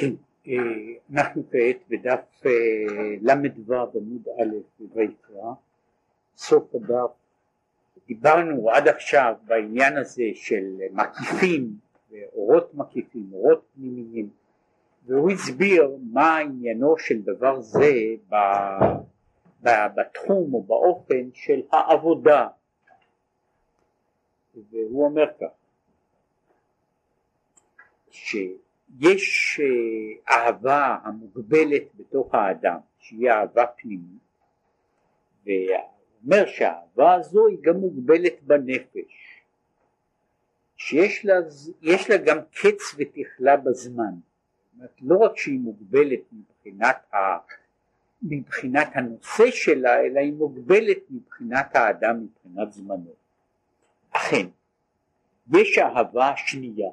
כן, אנחנו כעת בדף למדו עמוד א' בויקרא, סוף הדף. דיברנו עד עכשיו בעניין הזה של מקיפים ואורות מקיפים, אורות פנימיים, והוא הסביר מה עניינו של דבר זה בתחום או באופן של העבודה. והוא אומר כך, שיש אהבה המוגבלת בתוך האדם, שהיא אהבה פנימית, והוא אומר שהאהבה הזו היא גם מוגבלת בנפש, שיש לה גם קץ ותכלה בזמן. זאת אומרת, לא רק שהיא מוגבלת מבחינת הנושא שלה, אלא היא מוגבלת מבחינת האדם, מבחינת זמנו. אכן, יש אהבה שנייה,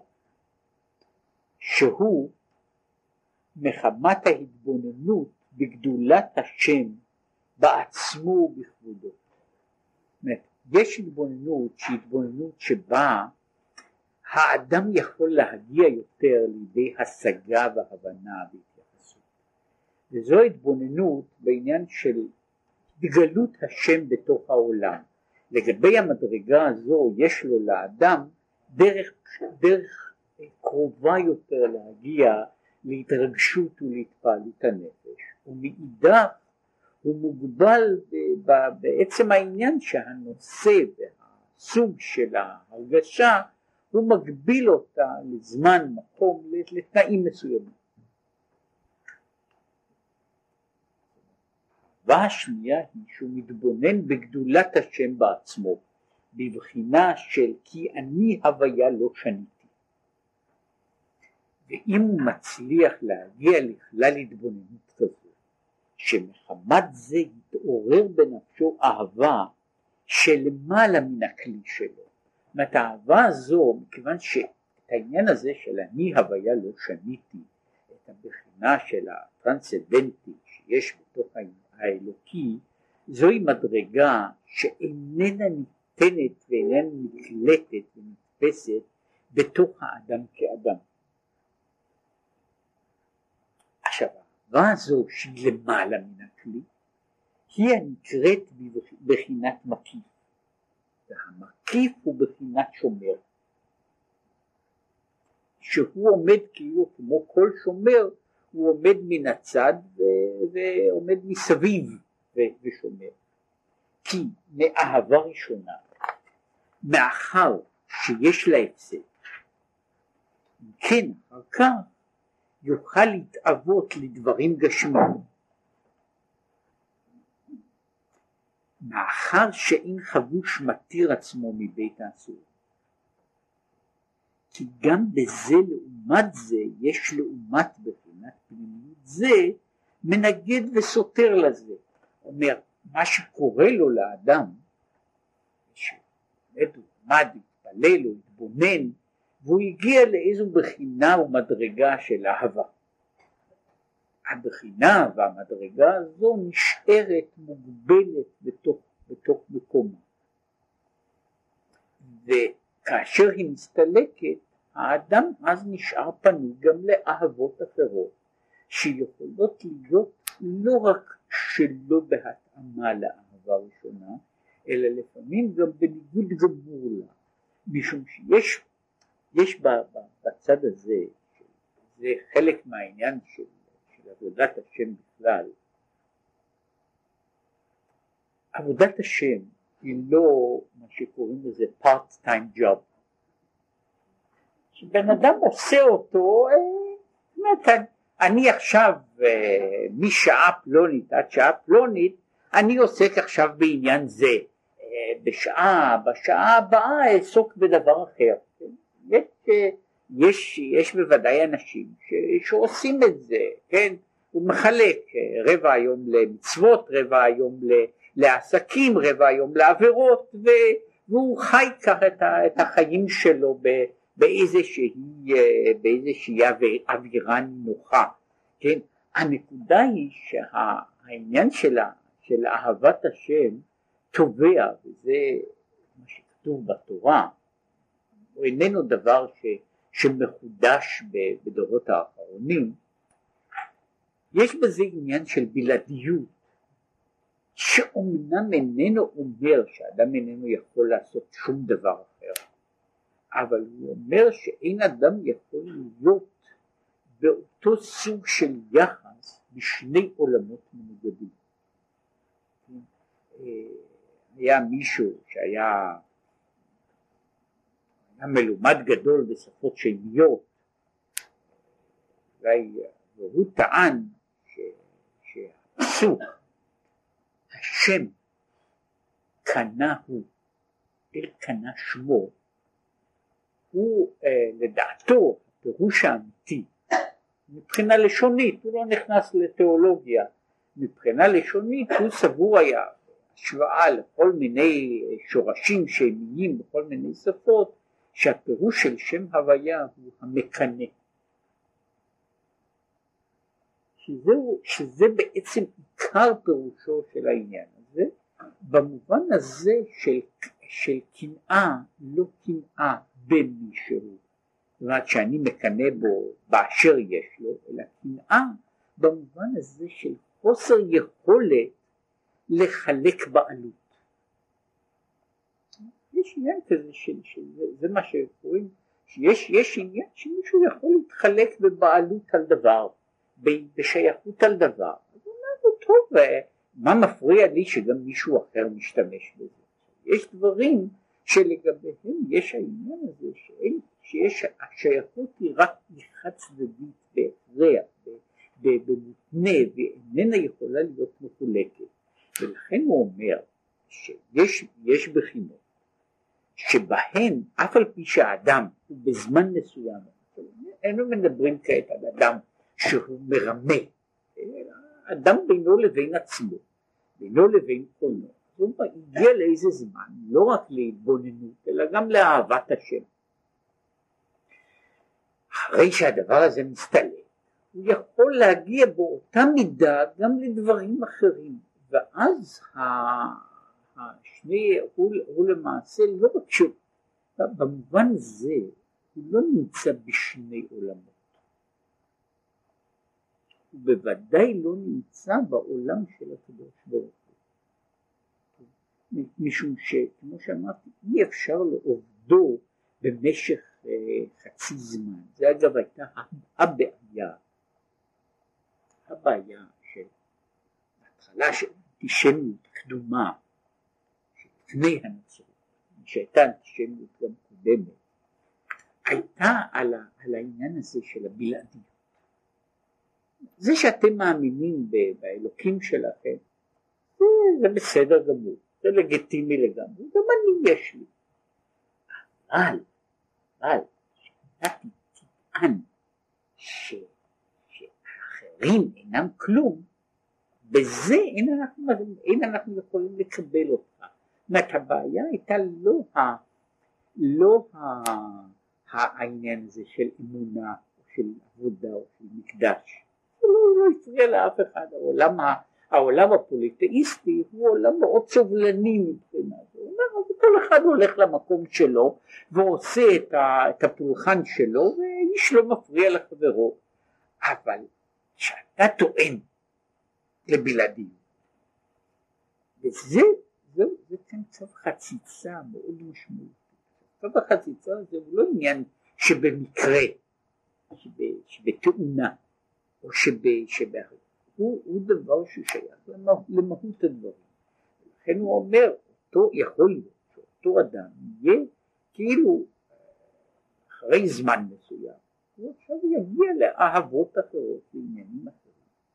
שהוא מחמת ההתבוננות בגדולת השם בעצמו ובכבודו. יש התבוננות שהיא התבוננות שבה האדם יכול להגיע יותר לידי השגה והבנה והתייחסות, וזו התבוננות בעניין של התגלות השם בתוך העולם. לגבי המדרגה הזו יש לו לאדם דרך קרובה יותר להגיע להתרגשות ולהתפעלות הנפש, ומאידך הוא מוגבל בעצם העניין שהנושא והסוג של ההרגשה הוא מגביל אותה לזמן, מקום, לתנאים מסוימים. והשנייה היא שהוא מתבונן בגדולת השם בעצמו, בבחינה של כי אני הוויה לא שניתי. ואם הוא מצליח להגיע לכלל התבוננות כזו, שמחמת זה יתעורר בנפשו אהבה שלמעלה מן הכלי שלו. זאת האהבה הזו, מכיוון שאת העניין הזה של אני הוויה לא שניתי, את הבחינה של הטרנסדנטי שיש בתוך האלוקי, זוהי מדרגה שאיננה ניתנת ואיננה נקלטת ונתפסת בתוך האדם כאדם. עכשיו, האהבה הזו שהיא למעלה מן הכלי, היא הנקראת בבחינת מקיף, והמקיף הוא בבחינת שומר, שהוא עומד כאילו כמו כל שומר, הוא עומד מן הצד ועומד מסביב ושומר. כי מאהבה ראשונה, מאחר שיש לה הפסד, כן אחר כך יוכל להתאבות לדברים גשמיים, מאחר שאין חבוש מתיר עצמו מבית האסור. כי גם בזה לעומת זה יש לעומת בחינת פנימיות זה מנגד וסותר לזה. אומר, מה שקורה לו לאדם, שעומד ומד, התפלל או התבונן, והוא הגיע לאיזו בחינה ומדרגה של אהבה. הבחינה והמדרגה הזו נשארת מוגבלת בתוך מקומה. וכאשר היא מסתלקת, האדם אז נשאר פנוי גם לאהבות אחרות, שיכולות להיות לא רק שלא בהתאמה לאהבה ראשונה, אלא לפעמים גם בניגוד גמור לה, משום שיש בצד הזה, זה חלק מהעניין של עבודת השם בכלל. עבודת השם היא לא מה שקוראים לזה part time job, שבן אדם עושה אותו, אני עכשיו משעה פלונית עד שעה פלונית אני עוסק עכשיו בעניין זה, בשעה הבאה אעסוק בדבר אחר. יש בוודאי אנשים שעושים את זה, כן? הוא מחלק רבע היום למצוות, רבע היום לעסקים, רבע היום לעבירות, והוא חי כך את החיים שלו באיזושהי אווירה נוחה, כן? הנקודה היא שהעניין של אהבת השם תובע, וזה מה שכתוב בתורה, הוא איננו דבר שמחודש בדורות האחרונים, יש בזה עניין של בלעדיות, שאומנם איננו אומר שאדם איננו יכול לעשות שום דבר אחר, אבל הוא אומר שאין אדם יכול להיות באותו סוג של יחס בשני עולמות מנוגדים. היה מישהו שהיה מלומד גדול בשפות שמיות, והוא טען שהפסוק השם קנה הוא אל קנה שמו, הוא לדעתו הפירוש האמיתי מבחינה לשונית, הוא לא נכנס לתיאולוגיה, מבחינה לשונית הוא סבור היה השוואה לכל מיני שורשים שמיים בכל מיני שפות, שהפירוש של שם הוויה הוא המקנה, שזה בעצם עיקר פירושו של העניין הזה, במובן הזה של קנאה, לא קנאה במישהו, זאת אומרת שאני מקנה בו באשר יש לו, אלא קנאה במובן הזה של חוסר יכולת לחלק בעלות. יש עניין כזה זה מה שקוראים, שיש עניין שמישהו יכול להתחלק בבעלות על דבר, בשייכות על דבר. אז הוא אומר, טוב, מה מפריע לי שגם מישהו אחר משתמש בזה? יש דברים שלגביהם יש העניין הזה שיש השייכות היא רק חד צדדית בהכרח, במותנה, ואיננה יכולה להיות מחולקת. ולכן הוא אומר שיש בחינות שבהן אף על פי שהאדם הוא בזמן מסוים, אינו מדברים כעת על אדם שהוא מרמה, אדם בינו לבין עצמו, בינו לבין קונו, הוא הגיע לאיזה זמן לא רק להתבוננות אלא גם לאהבת השם. אחרי שהדבר הזה מסתלק הוא יכול להגיע באותה מידה גם לדברים אחרים, ואז השני הוא למעשה לא רק שבמובן זה הוא לא נמצא בשני עולמות, הוא בוודאי לא נמצא בעולם של הקדוש ברוך הוא, משום שכמו שאמרתי אי אפשר לעובדו במשך חצי זמן. זה אגב הייתה הבעיה של ההתחלה של אנטישמיות קדומה לפני הנצרות, שהייתה אנטישמיות גם קודמת, הייתה על העניין הזה של הבלעדיות. זה שאתם מאמינים באלוקים שלכם זה בסדר גמור, זה לגיטימי לגמרי, גם אני יש לי, אבל שאתה תטען שאחרים אינם כלום, בזה אין אנחנו יכולים לקבל אותך. זאת הבעיה הייתה לא העניין הזה של אמונה או של עבודה או של מקדש, זה לא הפריע לאף אחד. העולם הפוליטאיסטי הוא עולם מאוד סובלני מבחינה זו, כל אחד הולך למקום שלו ועושה את הפולחן שלו ואיש לא מפריע לחברו. אבל כשאתה טוען לבלעדיות, וזה כאן צו חציצה מאוד משמעותית. צו החציצה הזה הוא לא עניין שבמקרה, שבתאונה, או הוא דבר ששייך למהות הדברים. לכן הוא אומר, אותו יכול להיות שאותו אדם יהיה כאילו אחרי זמן מסוים, הוא עכשיו יגיע לאהבות אחרות, לעניינים אחרים.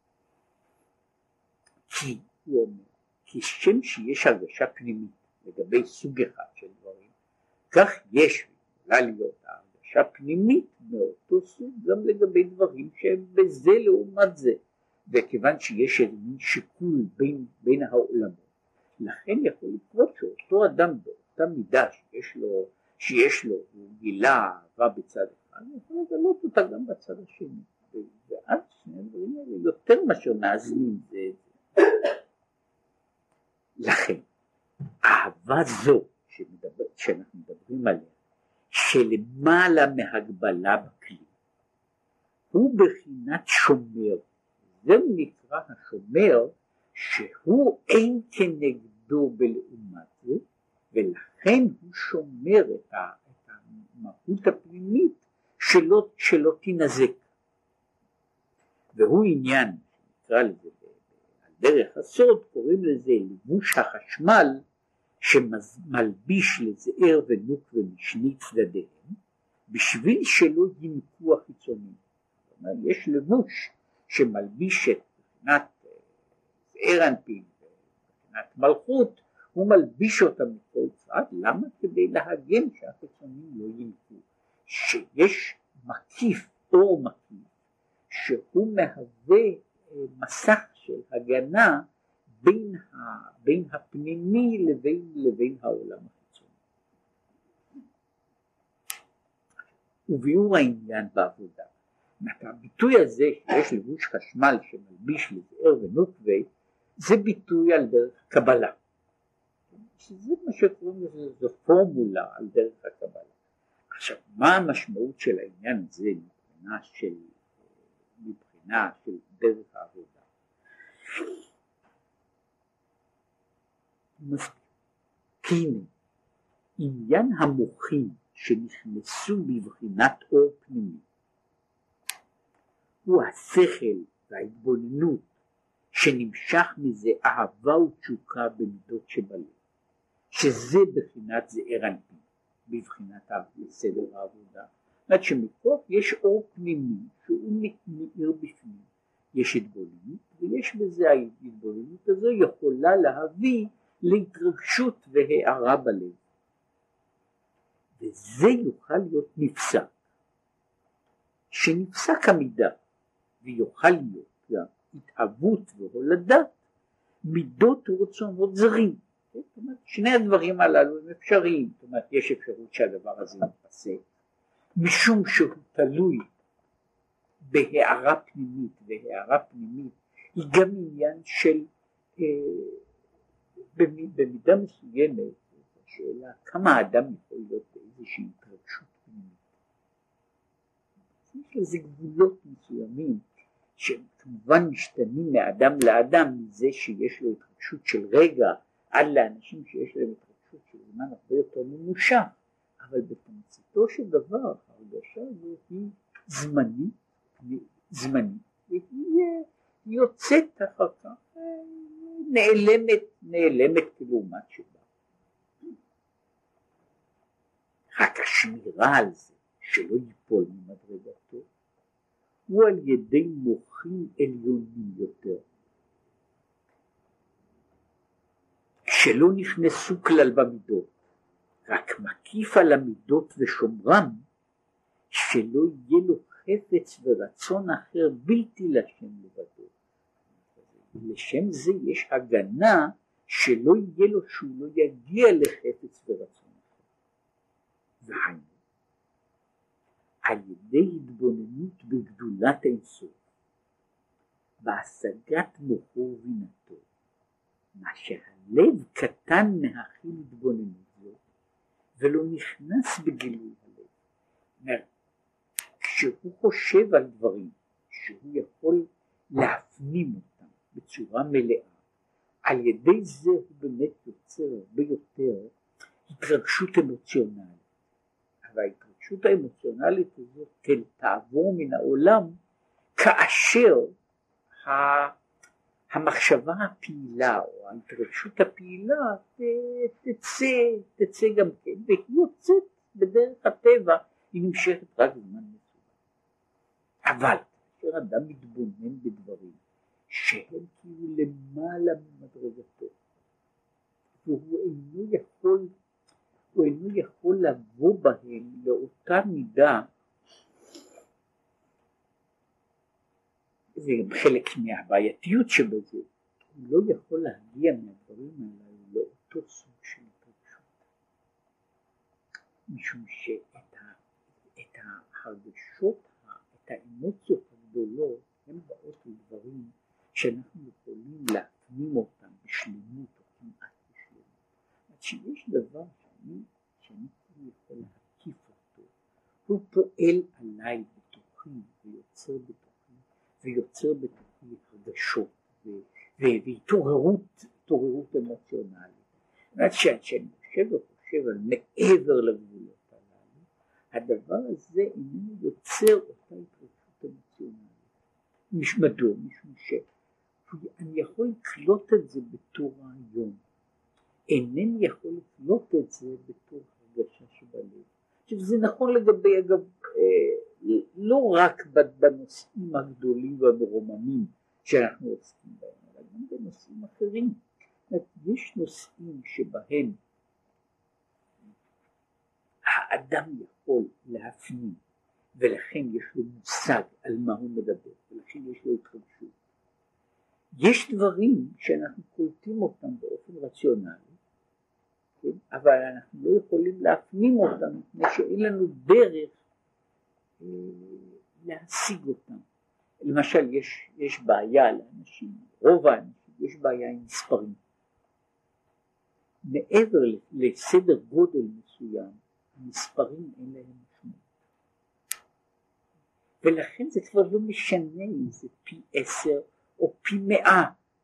כי הוא אומר, כשם שיש הרגשה פנימית לגבי סוג אחד של דברים, כך יש יכולה להיות הרגשה פנימית מאותו סוג גם לגבי דברים שהם בזה לעומת זה, וכיוון שיש איזה מין שיקול בין העולמות, לכן יכול לקרות שאותו אדם באותה מידה שיש לו הוא גילה אהבה בצד אחד, הוא יכול לגלות אותה גם בצד השני, ואז שני הדברים האלה יותר מאשר מאזנים זה. לכן אהבה זו שאנחנו מדברים עליה, שלמעלה מהגבלה בכלי, הוא בחינת שומר, זהו נקרא השומר שהוא אין כנגדו בלעומת זה, ולכן הוא שומר את המהות הפנימית שלא תינזק. והוא עניין, נקרא לזה על דרך הסוד, קוראים לזה לבוש החשמל שמלביש לזעיר ונוקבה משני צדדיהם, בשביל שלא ינקו החיצונים. זאת אומרת, יש לבוש שמלביש את מבחינת זעיר אנפין ומבחינת מלכות, הוא מלביש אותה מכל צד. למה? כדי להגן שהחיצונים לא ינקו, שיש מקיף, אור מקיף, שהוא מהווה מסך של הגנה בין הפנימי לבין העולם החיצוני. וביאור העניין בעבודה, הביטוי הזה שיש לבוש חשמל שמלביש לזעיר ונוקבה, זה ביטוי על דרך קבלה, שזה מה שקוראים לזה, זו פורמולה על דרך הקבלה. עכשיו, מה המשמעות של העניין הזה מבחינה של דרך העבודה? הנה, עניין המוחים שנכנסו בבחינת אור פנימי הוא השכל וההתבוננות שנמשך מזה אהבה ותשוקה במידות שבלב, שזה בחינת זעיר אנפין, בבחינת סדר העבודה. זאת אומרת שמכוח יש אור פנימי שהוא מאיר בפנים, יש התבוננות, ויש בזה ההתבוננות הזו יכולה להביא להתרגשות והארה בלב, וזה יוכל להיות נפסק, שנפסק המידה, ויוכל להיות גם התהוות והולדת מידות ורצונות זרים. זאת אומרת, שני הדברים הללו הם אפשריים. זאת אומרת, יש אפשרות שהדבר הזה יתפסק משום שהוא תלוי בהערה פנימית, והערה פנימית היא גם עניין של במידה מסוימת, השאלה כמה האדם יכול להיות באיזושהי התרגשות פנימית. יש לזה גבולות מסוימים שכמובן משתנים מאדם לאדם, מזה שיש לו התרגשות של רגע עד לאנשים שיש להם התרגשות של זמן הרבה יותר ממושך, אבל בתמציתו של דבר ההרגשה הזו היא זמנית, והיא יוצאת אחר כך נעלמת כלעומת שבה. רק השמירה על זה שלא ייפול ממדרגתו הוא על ידי מוחים עליונים יותר, שלא נכנסו כלל במידות, רק מקיף על המידות ושומרם, שלא יהיה לו חפץ ורצון אחר בלתי לשם לבדו. לשם זה יש הגנה שלא יהיה לו, שהוא לא יגיע לחפץ ורצון אחר. והיינו, על ידי התבוננות בגדולת האינסוף, בהשגת מוחו ובינתו, מה שהלב קטן מהכיל התבוננות זו, ולא נכנס בגילוי הלב. כשהוא חושב על דברים שהוא יכול להפנים אותם בצורה מלאה, על ידי זה הוא באמת יוצר הרבה יותר התרגשות אמוציונלית. אבל ההתרגשות האמוציונלית הזאת תעבור מן העולם כאשר המחשבה הפעילה או ההתרגשות הפעילה תצא גם כן, והיא יוצאת בדרך הטבע, היא נמשכת רק זמן מסוים. אבל כאשר אדם מתבונן בדברים שהם כאילו למעלה ממדרגתו, והוא אינו יכול לבוא בהם לאותה מידה, זה חלק מהבעייתיות שבזה, הוא לא יכול להגיע מהדברים האלה לאותו סוג של התרגשות, משום שאת ההרגשות, את האמוציות הגדולות, הן באות לדברים שאנחנו יכולים להפנים אותם בשלמות או כמעט בשלמות. אז שיש דבר שאני יכול להקיף אותו, הוא פועל עליי בתוכי ויוצר בתוכי הרגשות והתעוררות אמוציונלית. שאני חושב על מעבר לגבולות הללו, הדבר הזה איננו יוצר אותה התרגשות אמוציונלית. מדוע? משום שאני יכול לקלוט את זה בתור רעיון, אינני יכול לקלוט את זה בתור הרגשה שבלב. עכשיו זה נכון לגבי, אגב, לא רק בנושאים הגדולים והמרוממים שאנחנו עוסקים בהם, אלא גם בנושאים אחרים. יש נושאים שבהם האדם יכול להפנים, ולכן יש לו מושג על מה הוא מדבר, ולכן יש לו התרגשות. יש דברים שאנחנו קולטים אותם באופן רציונלי, כן? אבל אנחנו לא יכולים להפנים אותם, מפני שאין לנו דרך להשיג אותם. למשל, יש בעיה לאנשים, רוב האנשים, יש בעיה עם מספרים. מעבר לסדר גודל מסוים, המספרים אין להם משמעות. ולכן זה כבר לא משנה אם זה פי 10 או פי 100.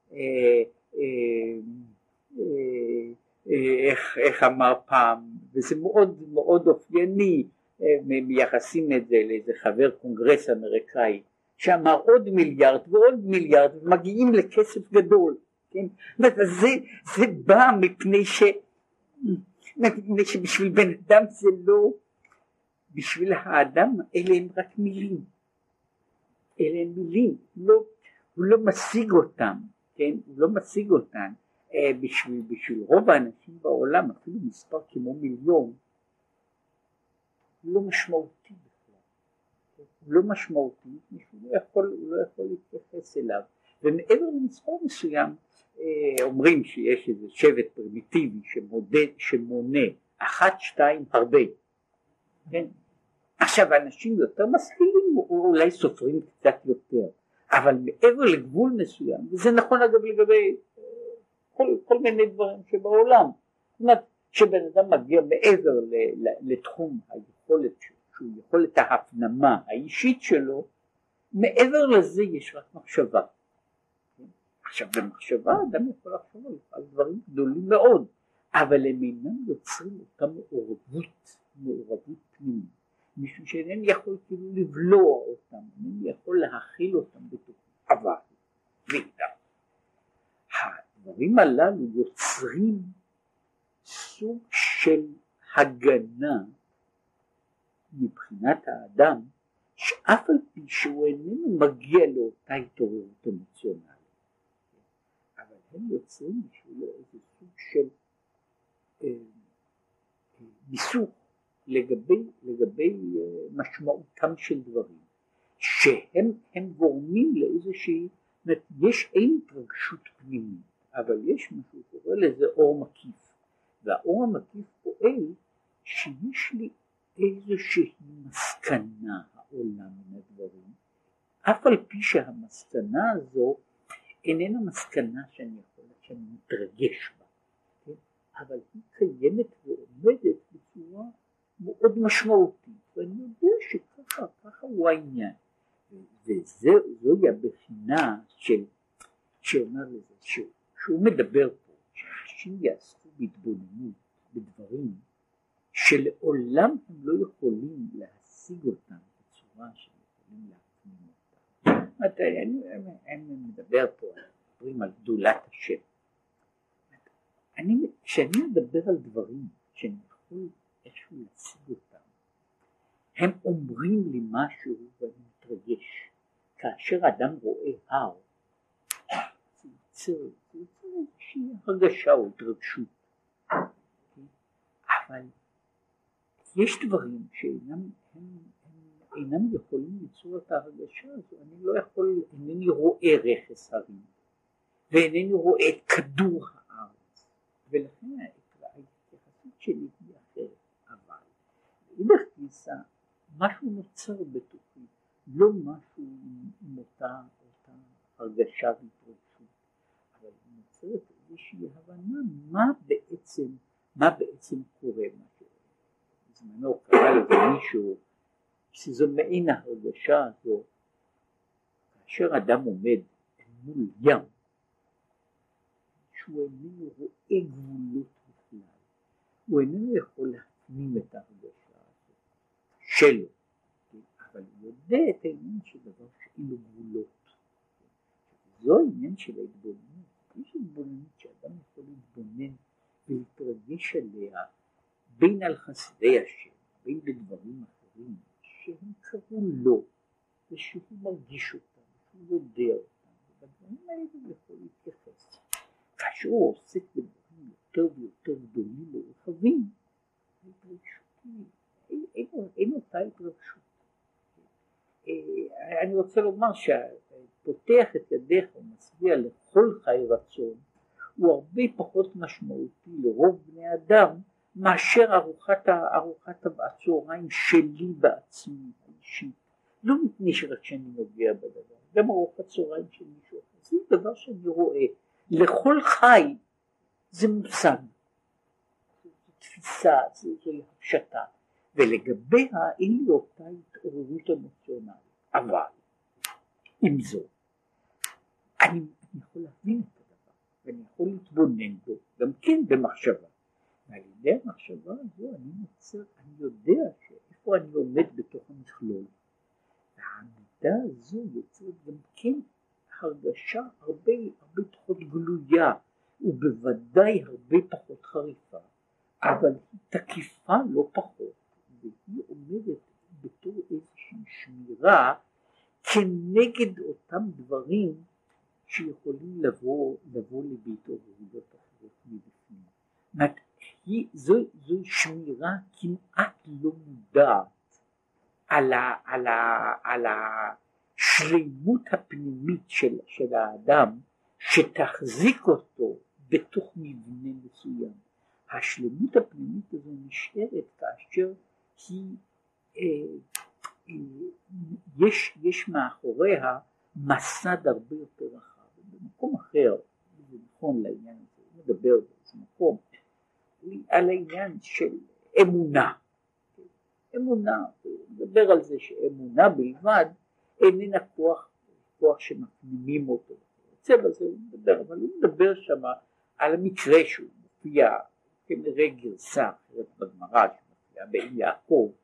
איך אמר פעם, וזה מאוד מאוד אופייני, מייחסים את זה לאיזה חבר קונגרס אמריקאי, שאמר עוד מיליארד ועוד מיליארד, ומגיעים לכסף גדול. כן? זה בא מפני שבשביל בן אדם זה לא, בשביל האדם אלה הם רק מילים, אלה הם מילים, הוא לא משיג אותם, כן? הוא לא משיג אותם. בשביל רוב האנשים בעולם, אפילו מספר כמו מיליון, הוא לא משמעותי בכלל, הוא לא משמעותי, הוא לא יכול להתייחס אליו. ומעבר למספר מסוים, אומרים שיש איזה שבט פרימיטיבי שמונה 1, 2 הרבה, כן? עכשיו אנשים יותר משכילים אולי סופרים קצת יותר, אבל מעבר לגבול מסוים, וזה נכון אגב לגבי כל מיני דברים שבעולם, זאת אומרת שבן אדם מגיע מעבר לתחום היכולת שהוא יכולת ההפנמה האישית שלו, מעבר לזה יש רק מחשבה. עכשיו במחשבה אדם יכול לחשוב על דברים גדולים מאוד, אבל הם אינם יוצרים אותה מעורבות פנימית, משום שאינני יכול כאילו לבלוע אותם, אינני יכול להכיל אותם בתוך. אבל הדברים הללו יוצרים סוג של הגנה מבחינת האדם, שאף על פי שהוא איננו מגיע לאותה התעוררות אמוציונלית, אבל הם יוצרים בשבילו איזה סוג של מיסוך לגבי משמעותם של דברים, שהם גורמים לאיזושהי, יש אין התרגשות פנימית, אבל יש משהו שקורא לזה אור מקיף, והאור המקיף פועל שיש לי איזושהי מסקנה העולה מן הדברים, אף על פי שהמסקנה הזו איננה מסקנה שאני מתרגש בה, כן? אבל היא קיימת ועומדת בצורה מאוד משמעותית, ואני יודע שככה הוא העניין, וזוהי הבחינה שאומר לזה, שהוא מדבר פה, שאנשים יעסקו בהתבוננות בדברים שלעולם הם לא יכולים להשיג אותם בצורה שהם יכולים להפנים אותם. אני מדבר פה, מדברים על גדולת השם. כשאני מדבר על דברים שאני יכול איכשהו להשיג אותם, הם אומרים לי משהו ואני מתרגש. כאשר אדם רואה הר, זה יוצר איזושהי הרגשה או התרגשות. אבל יש דברים שאינם יכולים ליצור את ההרגשה הזו. אני לא יכול, אינני רואה רכס הרים, ואינני רואה את כדור הארץ, ולכן ההתייחסות שלי היא אחרת. אבל מאידך גיסא, משהו נוצר בתוכי, לא משהו עם אותה הרגשה והתרגשות, אבל נוצרת איזושהי הבנה מה בעצם קורה. בזמנו קרא לזה מישהו שזו מעין ההרגשה הזו, כאשר אדם עומד מול ים, שהוא איננו רואה גבולות בכלל, הוא איננו יכול להפנים את ההרגשה הזאת שלו, אבל הוא יודע את העניין של דבר שאין לו גבולות. זו העניין של ההתבוננות. יש התבוננות שאדם יכול להתבונן ולהתרגש עליה בין על חסדי השם, בין בדברים אחרים שהם קראו לו ושהוא מרגיש אותם, שהוא יודע אותם, ובדברים האלה הוא יכול להתייחס. כאשר הוא עוסק בדברים יותר ויותר גדולים ורחבים, אין אותה התרגשות. אני רוצה לומר שפותח את ידיך ומצביע לכל חי רצון הוא הרבה פחות משמעותי לרוב בני אדם מאשר ארוחת הצהריים שלי בעצמי האישית. לא מפני שרק שאני נוגע בדבר, גם ארוחת צהריים של מישהו אחר, זה דבר שאני רואה. לכל חי זה מושג, זו תפיסה, זו הפשטה, ולגביה אין לי אותה התעוררות אמוציונלית. אבל עם זאת אני יכול להבין את הדבר ואני יכול להתבונן בו גם כן במחשבה, ועל ידי המחשבה הזו אני יודע שאיפה אני עומד בתוך המכלול, והעמידה הזו יוצרת גם כן הרגשה הרבה פחות גלויה ובוודאי הרבה פחות חריפה, אבל היא תקיפה לא פחות, והיא עומדת בתור איזושהי שמירה כנגד אותם דברים שיכולים לבוא בהתעוררויות אחרות מבפנים. זו שמירה כמעט לא מודעת על השלימות הפנימית של האדם שתחזיק אותו בתוך מבנה מסוים. השלימות הפנימית הזו נשארת כאשר יש מאחוריה מסד הרבה יותר רחב. במקום אחר, זה נכון לעניין הזה, הוא מדבר באיזה מקום על העניין של אמונה. אמונה, הוא מדבר על זה שאמונה בלבד איננה כוח שמפנימים אותו. הצבע הזה הוא מדבר, אבל הוא מדבר שם על המקרה שהוא מופיע כנראה גרסה אחרת בגמרא שמופיעה בעין יעקב,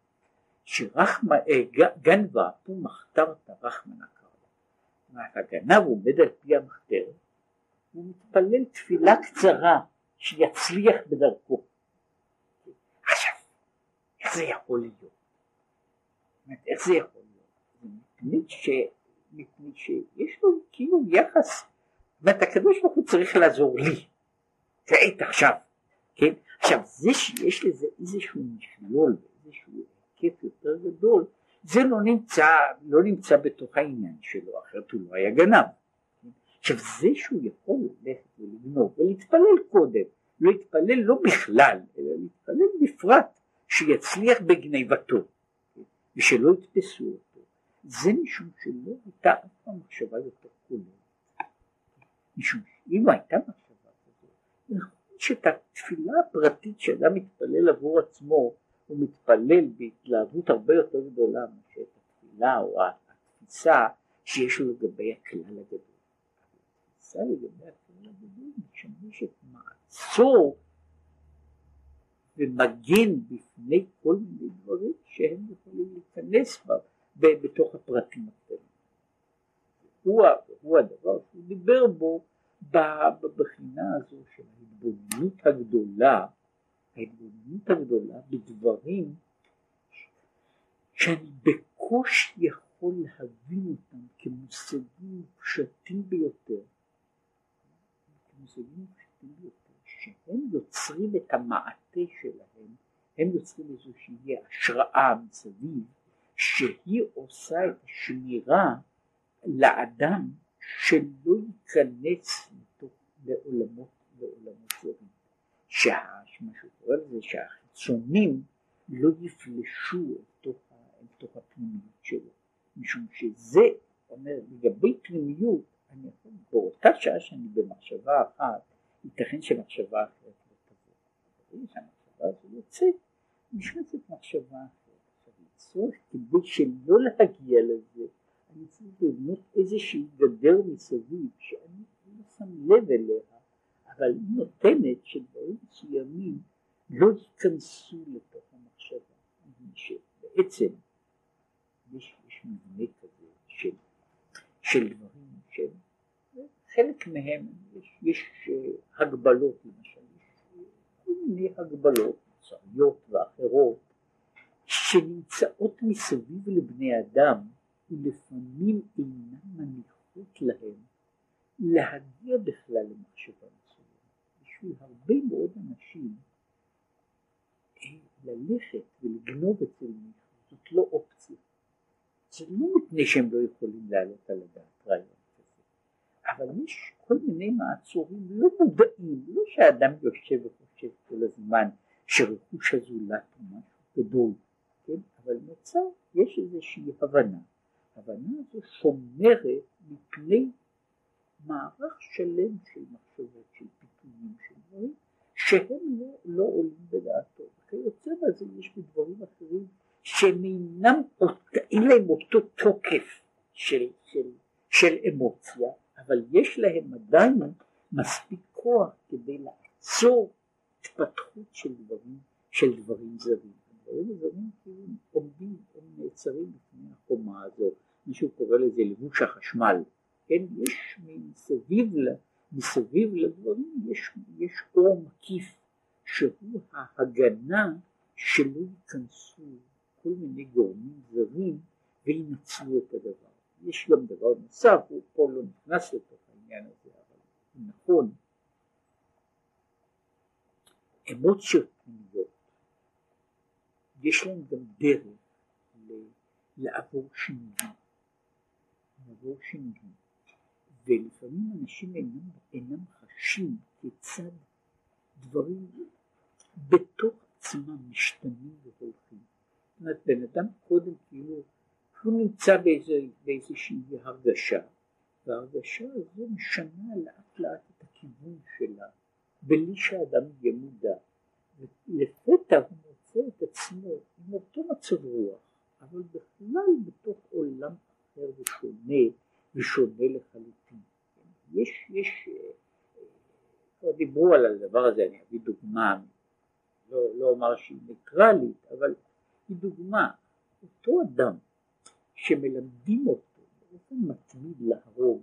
גנבה פה מחתרת רחמנא קריא. הגנב עומד על פי המחתרת, הוא מתפלל תפילה קצרה שיצליח בדרכו. עכשיו, איך זה יכול להיות? איך זה יכול להיות? מפני שיש לו כאילו יחס, הקדוש ברוך הוא צריך לעזור לי. כעת עכשיו, כן? עכשיו, זה שיש לזה איזשהו מכלול, איזשהו היקף יותר גדול, זה לא נמצא בתוך העניין שלו, אחרת הוא לא היה גנב. עכשיו, זה שהוא יכול ללכת ולגנוב ולהתפלל קודם, לא להתפלל לא בכלל, אלא להתפלל בפרט שיצליח בגניבתו, ושלא יתפסו אותו, זה משום שלא הייתה אף פעם מחשבה יותר כוללת. משום שאם הייתה מחשבה כזאת, שאת התפילה הפרטית שאדם מתפלל עבור עצמו, הוא מתפלל בהתלהבות הרבה יותר גדולה מאשר את התפילה או התפיסה שיש לו לגבי הכלל הגדול. התפיסה לגבי הכלל הגדול משמשת מעצור ומגן בפני כל מיני דברים שהם יכולים להיכנס בתוך הפרטים הקטנים. הוא הדבר שהוא דיבר בו בבחינה הזו של ההתבוננות הגדולה בדברים שאני בקושי יכול להבין אותם כמושגים פשטים ביותר, שהם יוצרים את המעטה שלהם, הם יוצרים איזושהי השראה מסביב שהיא עושה את השמירה לאדם שלא ייכנס לעולמות זרים, שמה שקורה לזה שהחיצונים לא יפלשו לתוך הפנימיות שלו, משום שזה אומר לגבי פנימיות, אני יכול באותה שעה שאני במחשבה אחת, ייתכן שמחשבה אחרת לא תבוא, אבל שהמחשבה הזו יוצאת, נשמצת מחשבה אחרת. עכשיו לצורך כדי שלא להגיע לזה, אני צריך לבנות איזושהי גדר מסביב שאני לא שם לב אליה, אבל היא נותנת שדברים מסוימים לא ייכנסו לתוך המחשבה, שבעצם יש מבנה כזה של דברים שהם חלק מהם יש הגבלות, למשל יש כל מיני הגבלות מוסריות ואחרות שנמצאות מסביב לבני אדם ולפעמים אינן מניחות להם להגיע בכלל למחשבה מסוימת. בשביל הרבה מאוד אנשים ללכת ולגנוב אצל מישהו זאת לא אופציה. זה לא מפני שהם לא יכולים לעלות על הדעת רעיון כזה, אבל יש כל מיני מעצורים לא מודעים, לא שהאדם יושב וחושב כל הזמן שרכוש הזולת הוא משהו גדול, כן? אבל נוצר, יש איזושהי הבנה הזו שומרת מפני מערך שלם של מחשבות, של פיתויים, של דברים שהם לא עולים בדעתו. וכיוצא בזה יש בדברים אחרים שהם אינם, אין להם אותו תוקף של אמוציה, אבל יש להם עדיין מספיק כוח כדי לעצור התפתחות של דברים זרים. דברים זרים כאילו עומדים, הם נעצרים בפני החומה הזו, מישהו קורא לזה לבוש החשמל, כן? יש מסביב לדברים יש אור מקיף שהוא ההגנה שלא ייכנסו כל מיני גורמים זרים וינצלו את הדבר. יש גם דבר נוסף, הוא פה לא נכנס לתוך העניין הזה, אבל הוא נכון, אמוציות פנימיות יש להם גם דרך לעבור שינויים, ולפעמים אנשים אינם חשים כיצד דברים בתוך עצמם משתנים והולכים. זאת אומרת, בן אדם קודם כאילו הוא נמצא באיזושהי הרגשה, וההרגשה הזו משנה לאט לאט את הכיוון שלה בלי שהאדם יהיה מודע, ולפתע הוא מוצא את עצמו עם אותו מצב רוח, אבל בכלל בתוך עולם אחר ושונה לחלוטין. יש כבר דיברו על הדבר הזה, אני אביא דוגמה, לא אומר שהיא ניטרלית, אבל היא דוגמה. אותו אדם שמלמדים אותו באופן מתמיד להרוג,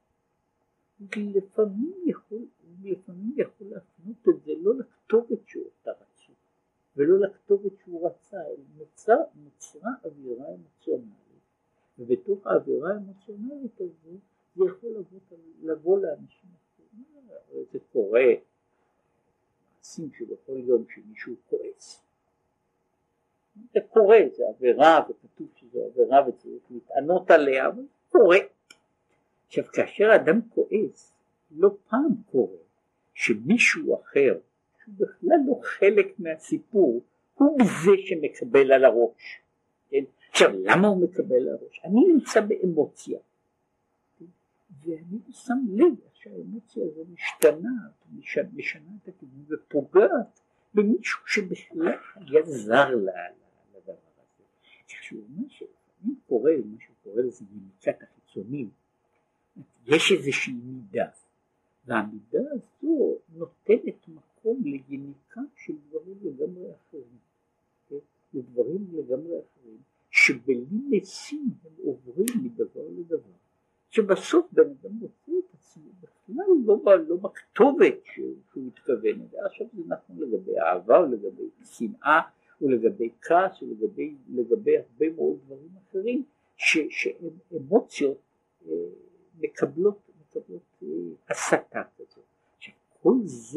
לפעמים יכול להפנות את זה לא לכתובת שהוא אותה רצו ולא לכתובת שהוא רצה, אלא נוצרה אווירה אמוציונלית, ובתוך האווירה האמוציונלית הזו זה יכול לבוא לאנשים אחרים. זה קורה מעשים שבכל יום שמישהו כועס, זה קורה, זה עבירה וכתוב שזו עבירה וצריך להתענות עליה, אבל זה קורה. עכשיו כאשר אדם כועס, לא פעם קורה שמישהו אחר שהוא בכלל לא חלק מהסיפור הוא זה שמקבל על הראש, כן? עכשיו למה הוא מקבל על הראש? אני נמצא באמוציה, כן? ואני שם לב שהאמוציה הזו משנה את הכיוון ופוגעת במישהו שבכלל היה זר לדבר הזה. כשהוא אומר שאם קורה משהו קורה לזה יניקת החיצונים, יש איזושהי מידה, והמידה הזו נותנת מקום ליניקה של דברים לגמרי אחרים, לדברים לגמרי אחרים שבלי ניסים הם עוברים מדבר לדבר, שבסוף בן אדם מוצא את עצמו בכלל לא בכתובת שהוא התכוון אליה. עכשיו זה נכון לגבי אהבה ולגבי שנאה ולגבי כעס ולגבי הרבה מאוד דברים אחרים שהם אמוציות מקבלות הסתה כזאת. שכל זה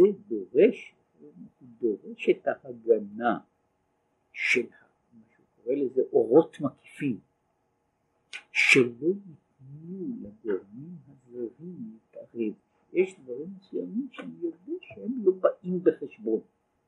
דורש את ההגנה של מה שהוא קורא לזה אורות מקיפים, שלא ייתנו לגורמים הזרים להתערב. יש דברים מסוימים שאני יודע שהם לא באים בחשבון,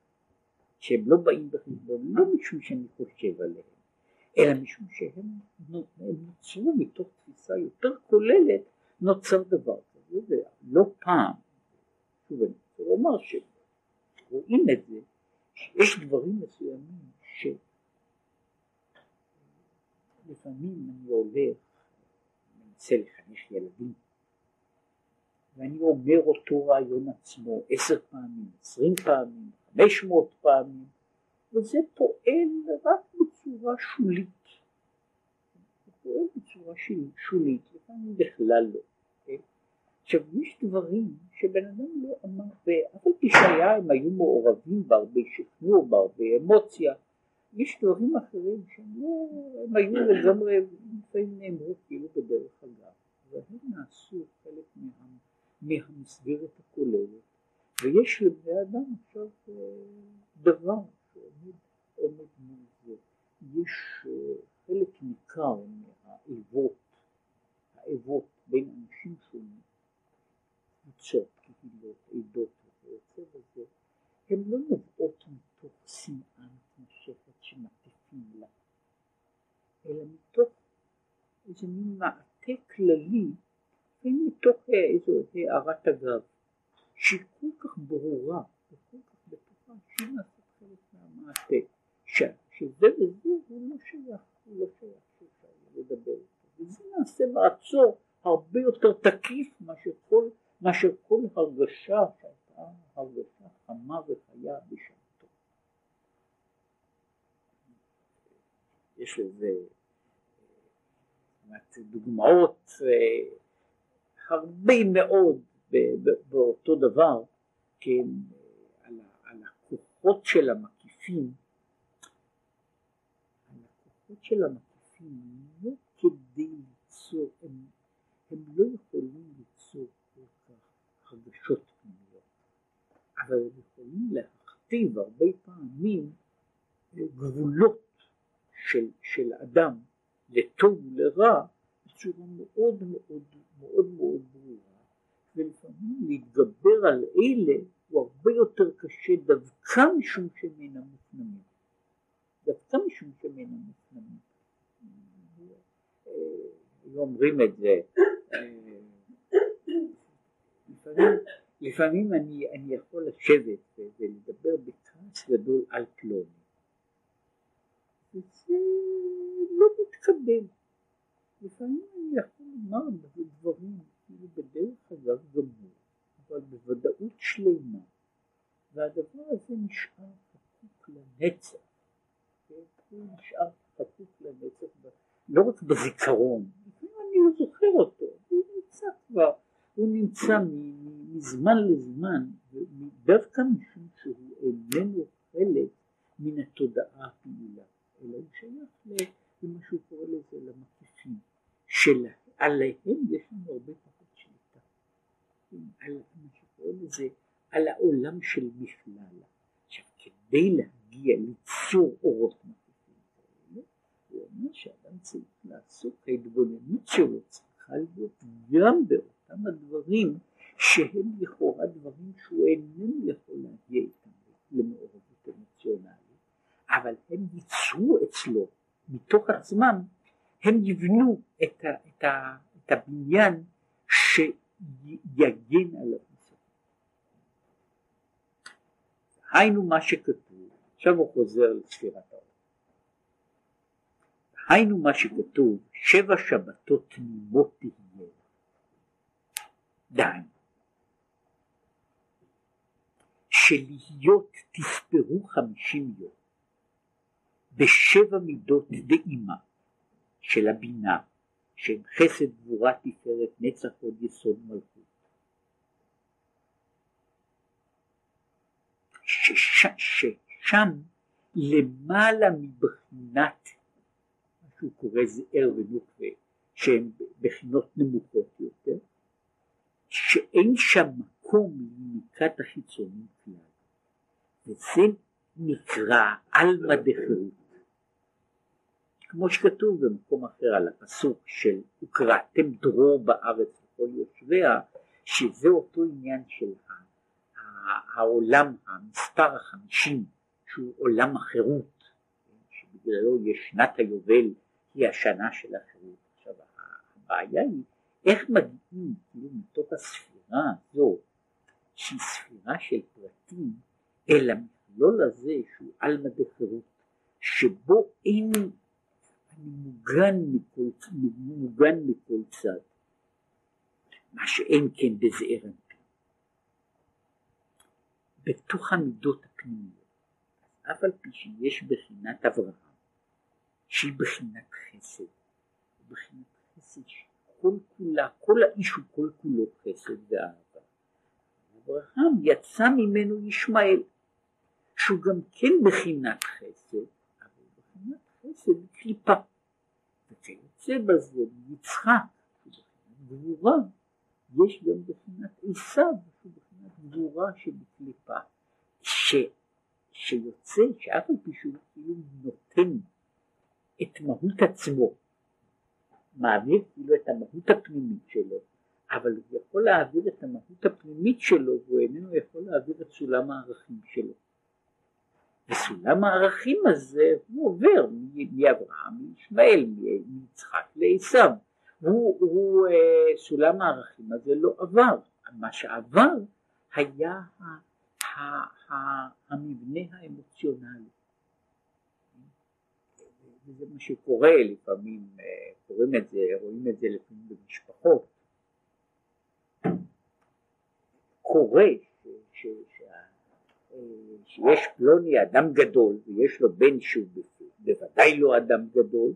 לא משום שאני חושב עליהם, אלא משום שהם נוצרו מתוך תפיסה יותר כוללת, נוצר דבר כזה. לא פעם, שוב אני רוצה לומר שרואים את זה, שיש דברים מסוימים שלפעמים אני הולך רוצה לחנך ילדים, ואני אומר אותו רעיון עצמו 10 פעמים, 20 פעמים, 500 פעמים, וזה פועל רק בצורה שולית. זה פועל בצורה שולית, לפעמים בכלל לא. עכשיו, יש דברים שבן אדם לא אמר, ואף על פי שהיה, הם היו מעורבים בהרבה שכנוע, בהרבה אמוציה, יש דברים אחרים שהם לא, הם היו לגמרי, לפעמים נאמרו כאילו בדרך אגב, והם נעשו חלק מהמסגרת הכוללת, ויש לבני אדם עכשיו דבר שעומד מול זה. יש חלק ניכר מהאיבות בין אנשים שונים, קבוצות, קהילות, עדות וכיוצא בזה, הן לא נובעות מתוך שנאה מתמשכת שמטיפים לה, אלא מתוך איזה מין מעטה כללי, ומתוך איזו הערת אגב, שהיא כל כך ברורה וכל כך בטוחה שהיא נעשית חלק מהמעטה, שזה וזה הוא לא שייך שאפשר לדבר אותו, וזה נעשה מעצור הרבה יותר תקיף מאשר כל הרגשה שהייתה הרגשה חמה וחיה בשעתו. יש לזה דוגמאות הרבה מאוד באותו דבר, כן, על הכוחות של המקיפים, לא כדי ליצור, הם לא יכולים ליצור כל כך הרגשות פנימיות, אבל הם יכולים להכתיב הרבה פעמים גבולות של אדם לטוב ולרע בצורה מאוד מאוד מאוד מאוד ברורה, ולפעמים להתגבר על אלה הוא הרבה יותר קשה דווקא משום שהם אינם מופנמים. אומרים את זה, לפעמים אני יכול לשבת ולדבר בכעס גדול על פלוני, וזה לא מתקבל. לפעמים אני יכול לומר דברים כאילו בדרך אגב גמור, אבל בוודאות שלמה, והדבר הזה נשאר חקוק לנצח, הוא נשאר חקוק לנצח לא רק בזיכרון, לפעמים אני לא זוכר אותו, הוא נמצא כבר, הוא נמצא מזמן לזמן, דווקא משום שהוא איננו חלק מן התודעה הפעילה, אלא הוא שייך למה שהוא קורא לזה, למקיפים, שעליהם יש לנו הרבה פחות שליטה, על מה שקורא לזה, על העולם של בכלל. עכשיו, כדי להגיע ליצור אורות מקיפים כאלה, הוא אומר שאדם צריך לעסוק, ההתבוננות שלו צריכה להיות גם באותם הדברים שהם לכאורה דברים שהוא איננו יכול להגיע איתם למעורבות אמוציונלית, אבל הם ייצרו אצלו מתוך עצמם, הם יבנו את הבניין שיגן עליו. היינו מה שכתוב, עכשיו הוא חוזר לספירת העולם, היינו מה שכתוב 7 שבתות תמימות תהיה, דהיינו שלהיות תספרו 50 יום ב7 מידות דאימה של הבינה, שהם חסד גבורה תפארת נצח עוד יסוד מלכות, ששם למעלה מבחינת מה שהוא קורא זעיר ונוקבה, שהם בחינות נמוכות יותר, שאין שם מקום לניקת החיצונים כלל, וזה נקרא אלמא דחירות, כמו שכתוב במקום אחר על הפסוק של וקראתם דרור בארץ לכל יושביה, שזה אותו עניין של העולם, המספר 50, שהוא עולם החירות, שבגללו יש שנת היובל, היא השנה של החירות. עכשיו הבעיה היא איך מגיעים כאילו מתוך הספירה הזו, שהיא ספירה של פרטים, אל המכלול הזה שהוא אלמא דחירות, שבו אין, מוגן מכל צד, מה שאין כן בזעיר אנפין. בתוך המידות הפנימיות, אף על פי שיש בחינת אברהם, שהיא בחינת חסד, בחינת חסד שכל כולה, כל האיש הוא כל כולו חסד ואהבה. אברהם יצא ממנו ישמעאל, שהוא גם כן בחינת חסד, אבל בחינת חסד קליפה, וכיוצא בזה יצחק, שהוא בחינת גבורה, יש גם בחינת עשיו, שהוא בחינת גבורה שבקליפה, שיוצא שאף על פי שהוא כאילו נותן את מהות עצמו, מעביר כאילו את המהות הפנימית שלו, אבל הוא יכול להעביר את המהות הפנימית שלו, והוא איננו יכול להעביר את סולם הערכים שלו. וסולם הערכים הזה הוא עובר מאברהם, מישמעאל, מיצחק לעשיו. סולם הערכים הזה לא עבר. מה שעבר היה המבנה האמוציונלי. וזה מה שקורה לפעמים, רואים את זה לפעמים במשפחות. קורה שיש פלוני אדם גדול ויש לו בן שהוא בוודאי לא אדם גדול,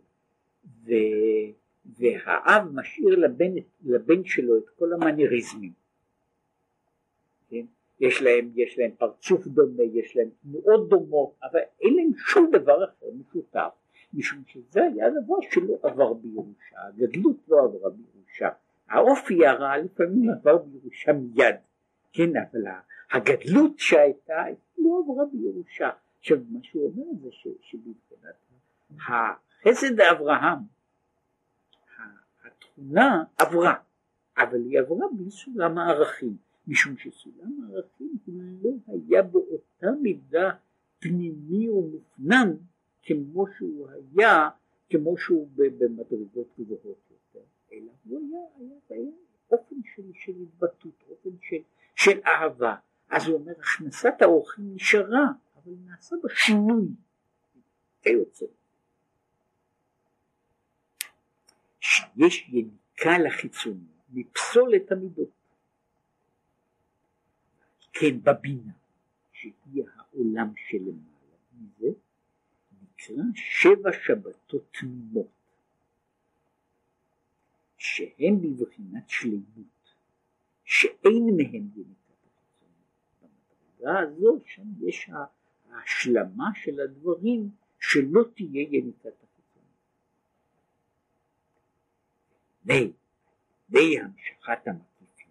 והאב משאיר לבן שלו את כל המניריזמים. כן? יש להם פרצוף דומה, יש להם תנועות דומות, אבל אין להם שום דבר אחר משותף, משום שזה היה דבר שלא עבר בירושה, הגדלות לא עברה בירושה, האופי הרע לפעמים עבר בירושה מיד, כן, אבל הגדלות שהייתה לא עברה בירושה. עכשיו מה שהוא אומר זה שבבחינת החסד אברהם, התכונה עברה, אבל היא עברה בלי סולם הערכים, משום שסולם הערכים הוא לא היה באותה מידה פנימי ומופנם כמו שהוא היה, כמו שהוא במדרגות גבוהות יותר, אלא הוא היה אופן של התבטאות, אופן של אהבה. אז הוא אומר, הכנסת האורחים נשארה, אבל נעשה בה שינוי. היוצא. שיש יניקה לחיצוני, מפסולת המידות. כן, בבינה, שהיא העולם שלמעלה, מזה נקרא 7 שבתות תמימות, שהן בבחינת שלמות, שאין מהן יניקת החיצוני. במדרגה הזו, שם יש ההשלמה של הדברים, שלא תהיה יניקת החיצוני. די המשכת המקיפים.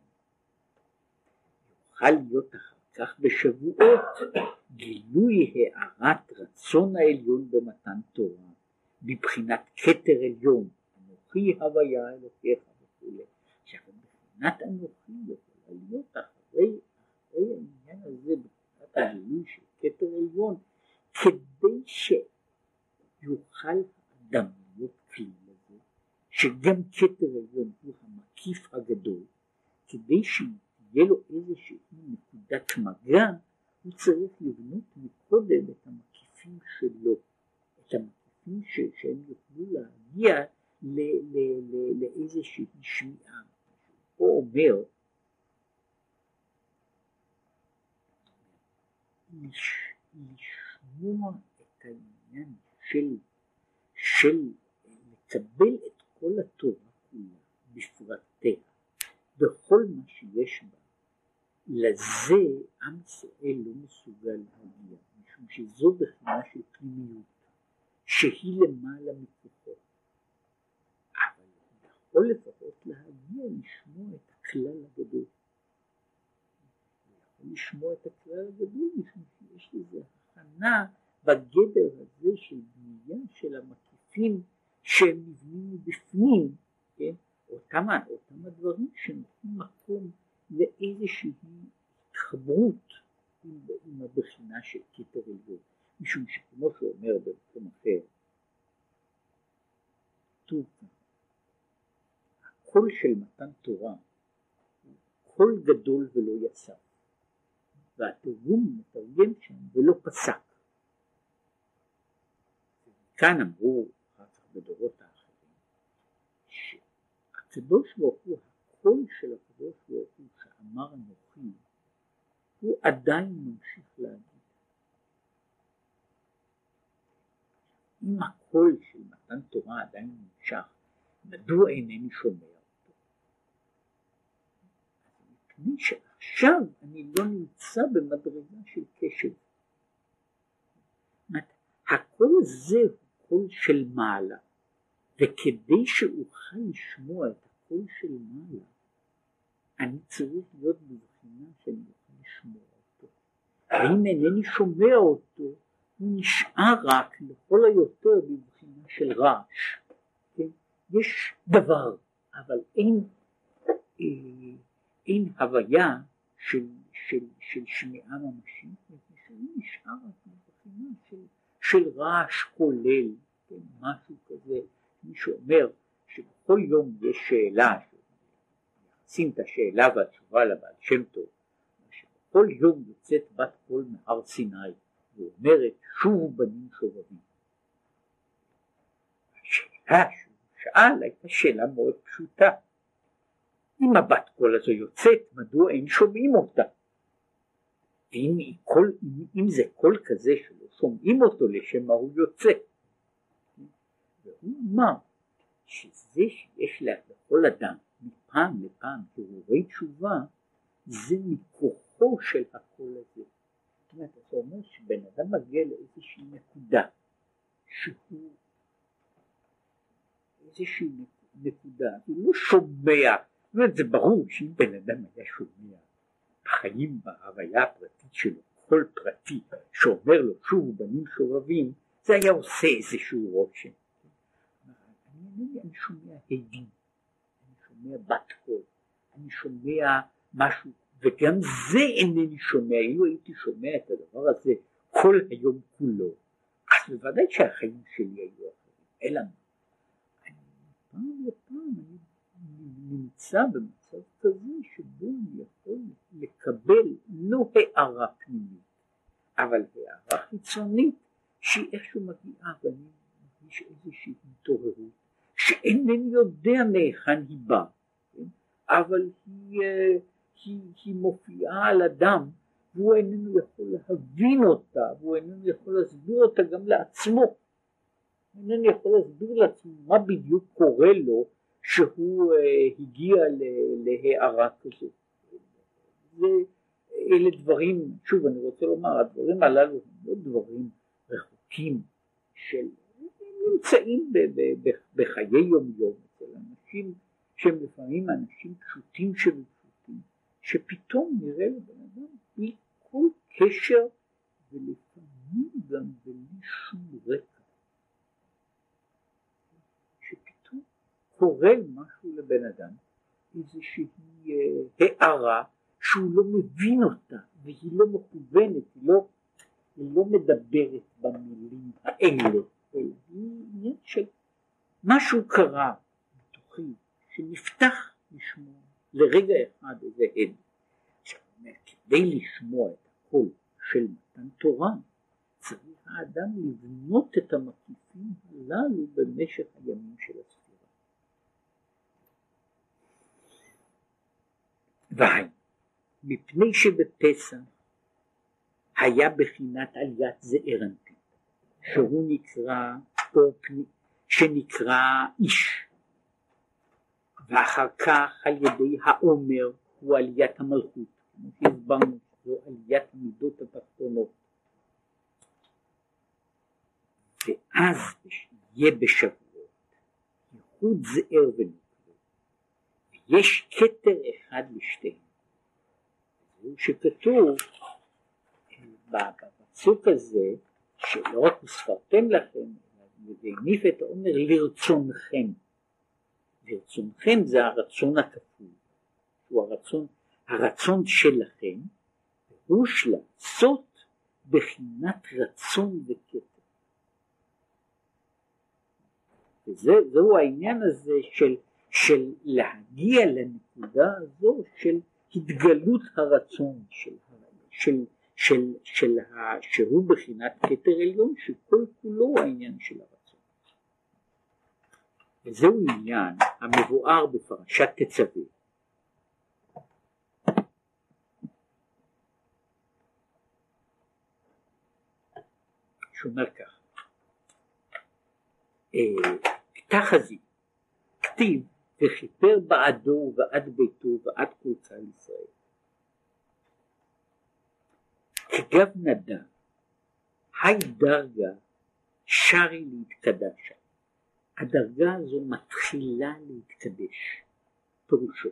יוכל להיות אחר כך בשבועות גילוי הערת רצון העליון במתן תורה, בבחינת כתר עליון, אנוכי הוויה אלוקיך וכו'. עכשיו בבחינת אנוכי יכולה להיות אחרי העניין הזה, בבחינת הגילוי של כתר עליון, כדי שיוכל האדם להיות כלי לזה, שגם כתר עליון הוא המקיף הגדול, כדי שיהיה לו איזושהי נקודת מגע, הוא צריך לבנות מקודם את המקיפים שלו, את המקיפים שהם יוכלו להגיע לאיזושהי שמיעה. הוא אומר, לשמוע את העניין של לקבל את כל התורה כולה בפרטיה, בכל מה שיש בה, לזה עם ישראל לא מסוגל להגיע, משום שזו בחינה של פנימיות, שהיא למעלה מכוחו. אבל הוא יכול לפחות להגיע לשמוע את הכלל הגדול. הוא יכול לשמוע את הכלל הגדול, משום שיש לזה הכנה בגדר הזה של בנייה של המקיפים שהם נבנים מבפנים, כן? אותם הדברים שנותנים מקום לאיזושהי התחברות עם הבחינה של כתר עליון, משום שכמו שאומר במקום אחר, כתוב הקול של מתן תורה הוא קול גדול ולא יצא, והתרגום מתרגם שם ולא פסק. כאן אמרו בדורות האחרים, שהקדוש ברוך הוא, הקול של הקדוש ברוך הוא שאמר אנוכי, הוא עדיין ממשיך להגיד. אם הקול של מתן תורה עדיין נמשך, מדוע אינני שומע אותו? מפני שעכשיו אני לא נמצא במדרגה של קשב. הקול הזה הוא קול של מעלה, וכדי שאוכל לשמוע את הקול של מעלה, אני צריך להיות בבחינה שאני אוכל לשמוע אותו. ואם אינני שומע אותו, הוא נשאר רק לכל היותר בבחינה של רעש. כן? יש דבר, אבל אין הוויה של שמיעה ממשית, הוא נשאר רק בבחינה של רעש כולל, כן? משהו כזה. מי שאומר שבכל יום יש שאלה, שים את השאלה והתשובה לבעל שם טוב, שבכל יום יוצאת בת קול מהר סיני, ואומרת שוב בנים שובבים. השאלה שהוא שאל הייתה שאלה מאוד פשוטה. אם הבת קול הזו יוצאת, מדוע אין שומעים אותה? אם זה קול כזה שלא שומעים אותו, לשם מה הוא יוצא? והוא אמר שזה שיש לכל אדם מפעם לפעם הרהורי תשובה, זה מכוחו של הקול הזה. זאת אומרת, אתה אומר שבן אדם מגיע לאיזושהי נקודה, שהוא איזושהי נקודה, הוא לא שומע. זאת אומרת, זה ברור שאם בן אדם היה שומע בחיים בהוויה הפרטית שלו, קול פרטי שאומר לו שוב בנים שובבים, זה היה עושה איזשהו רושם. אני שומע הדים, אני שומע בת קול, אני שומע משהו, וגם זה אינני שומע. אילו הייתי שומע את הדבר הזה כל היום כולו, אז בוודאי שהחיים שלי היו אחרים. אלא פעם לפעם אני נמצא במצב כזה שבו אני יכול לקבל לא הערה פנימית, אבל הערה חיצונית שהיא איכשהו מגיעה, ואני מרגיש איזושהי התעוררות שאינני יודע מהיכן היא באה, כן? אבל היא מופיעה על אדם, והוא איננו יכול להבין אותה, והוא איננו יכול להסביר אותה גם לעצמו. איננו יכול להסביר לעצמו מה בדיוק קורה לו שהוא הגיע להערה כזו. אלה דברים, שוב אני רוצה לומר, הדברים הללו הם לא דברים רחוקים של נמצאים בחיי יום יום אצל אנשים שהם לפעמים אנשים פשוטים שבפשוטים, שפתאום נראה לבן אדם בלי כל קשר ולפעמים גם בלי שום רקע, שפתאום קורה משהו לבן אדם, איזושהי הערה שהוא לא מבין אותה והיא לא מכוונת, היא לא מדברת במילים האלה, אלא היא עניין של משהו קרה בתוכי שנפתח לשמוע לרגע אחד איזה הד. עכשיו כדי לשמוע את הקול של מתן תורה צריך האדם לבנות את המקיפים הללו במשך הימים של הספירה. והי מפני שבפסח היה בחינת עליית זעיר אנפין, שהוא נקרא שנקרא איש, ואחר כך על ידי העומר הוא עליית המלכות, כמו שהסברנו, זו עליית המידות התחתונות. ואז יהיה בשבועות ייחוד זעיר ונקבה, ויש כתר אחד לשתיהם. שכתוב בפסוק הזה שלא רק וספרתם לכם, והניף את העומר לרצונכם. לרצונכם זה הרצון הכפול, הוא הרצון שלכם, הוא לעשות בחינת רצון וכתר. וזהו העניין הזה של להגיע לנקודה הזו של התגלות הרצון שהוא בחינת כתר עליון, שכל כולו העניין של הרצון. וזהו עניין המבואר בפרשת תצווה. שאומר כך, תחזית, כתיב וכיפר בעדו ובעד ביתו ובעד כל צהל ישראל. כגב נדע, היי דרגה שרי להתקדשה. הדרגה הזו מתחילה להתקדש, פירושו.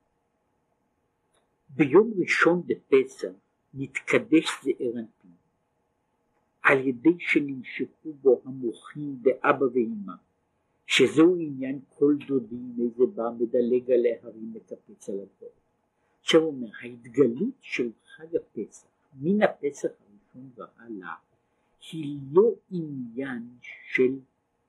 ביום ראשון בפסח נתקדש זעיר אנפין, על ידי שנמשכו בו המוחים באבא ואמא, שזהו עניין כל דודים, איזה בא מדלג עליה הרים מקפץ על הדבר. עכשיו הוא אומר, ההתגלות של חג הפסח, מן הפסח הראשון והלאה, היא לא עניין של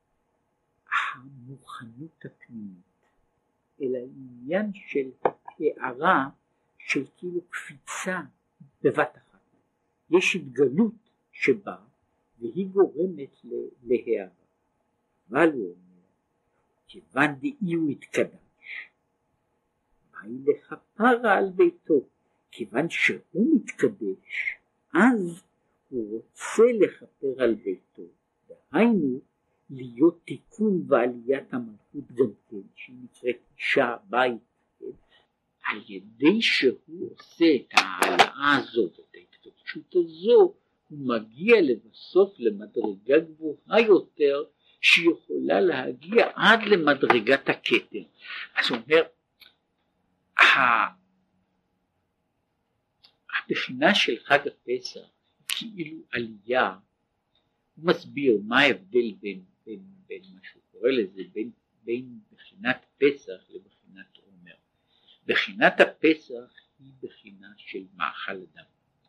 המוכנות הפנימית, אלא עניין של הערה של כאילו קפיצה בבת אחת. יש התגלות שבה והיא גורמת להערה. אבל הוא אומר, כיוון דאי הוא התקדש, מהי לכפרה על ביתו? כיוון שהוא מתקדש, אז הוא רוצה לכפר על ביתו, דהיינו להיות תיקון ועליית המלכות גם כן, שהיא נקראת אישה, בית, כן? על ידי שהוא עושה את העלאה הזו ואת ההתקדשות הזו, הוא מגיע לבסוף למדרגה גבוהה יותר, שיכולה להגיע עד למדרגת הכתר. אז הוא אומר, הבחינה של חג הפסח כאילו עלייה. הוא מסביר מה ההבדל בין מה שהוא קורא לזה, בין בחינת פסח לבחינת עומר. בחינת הפסח היא בחינה של מאכל אדם.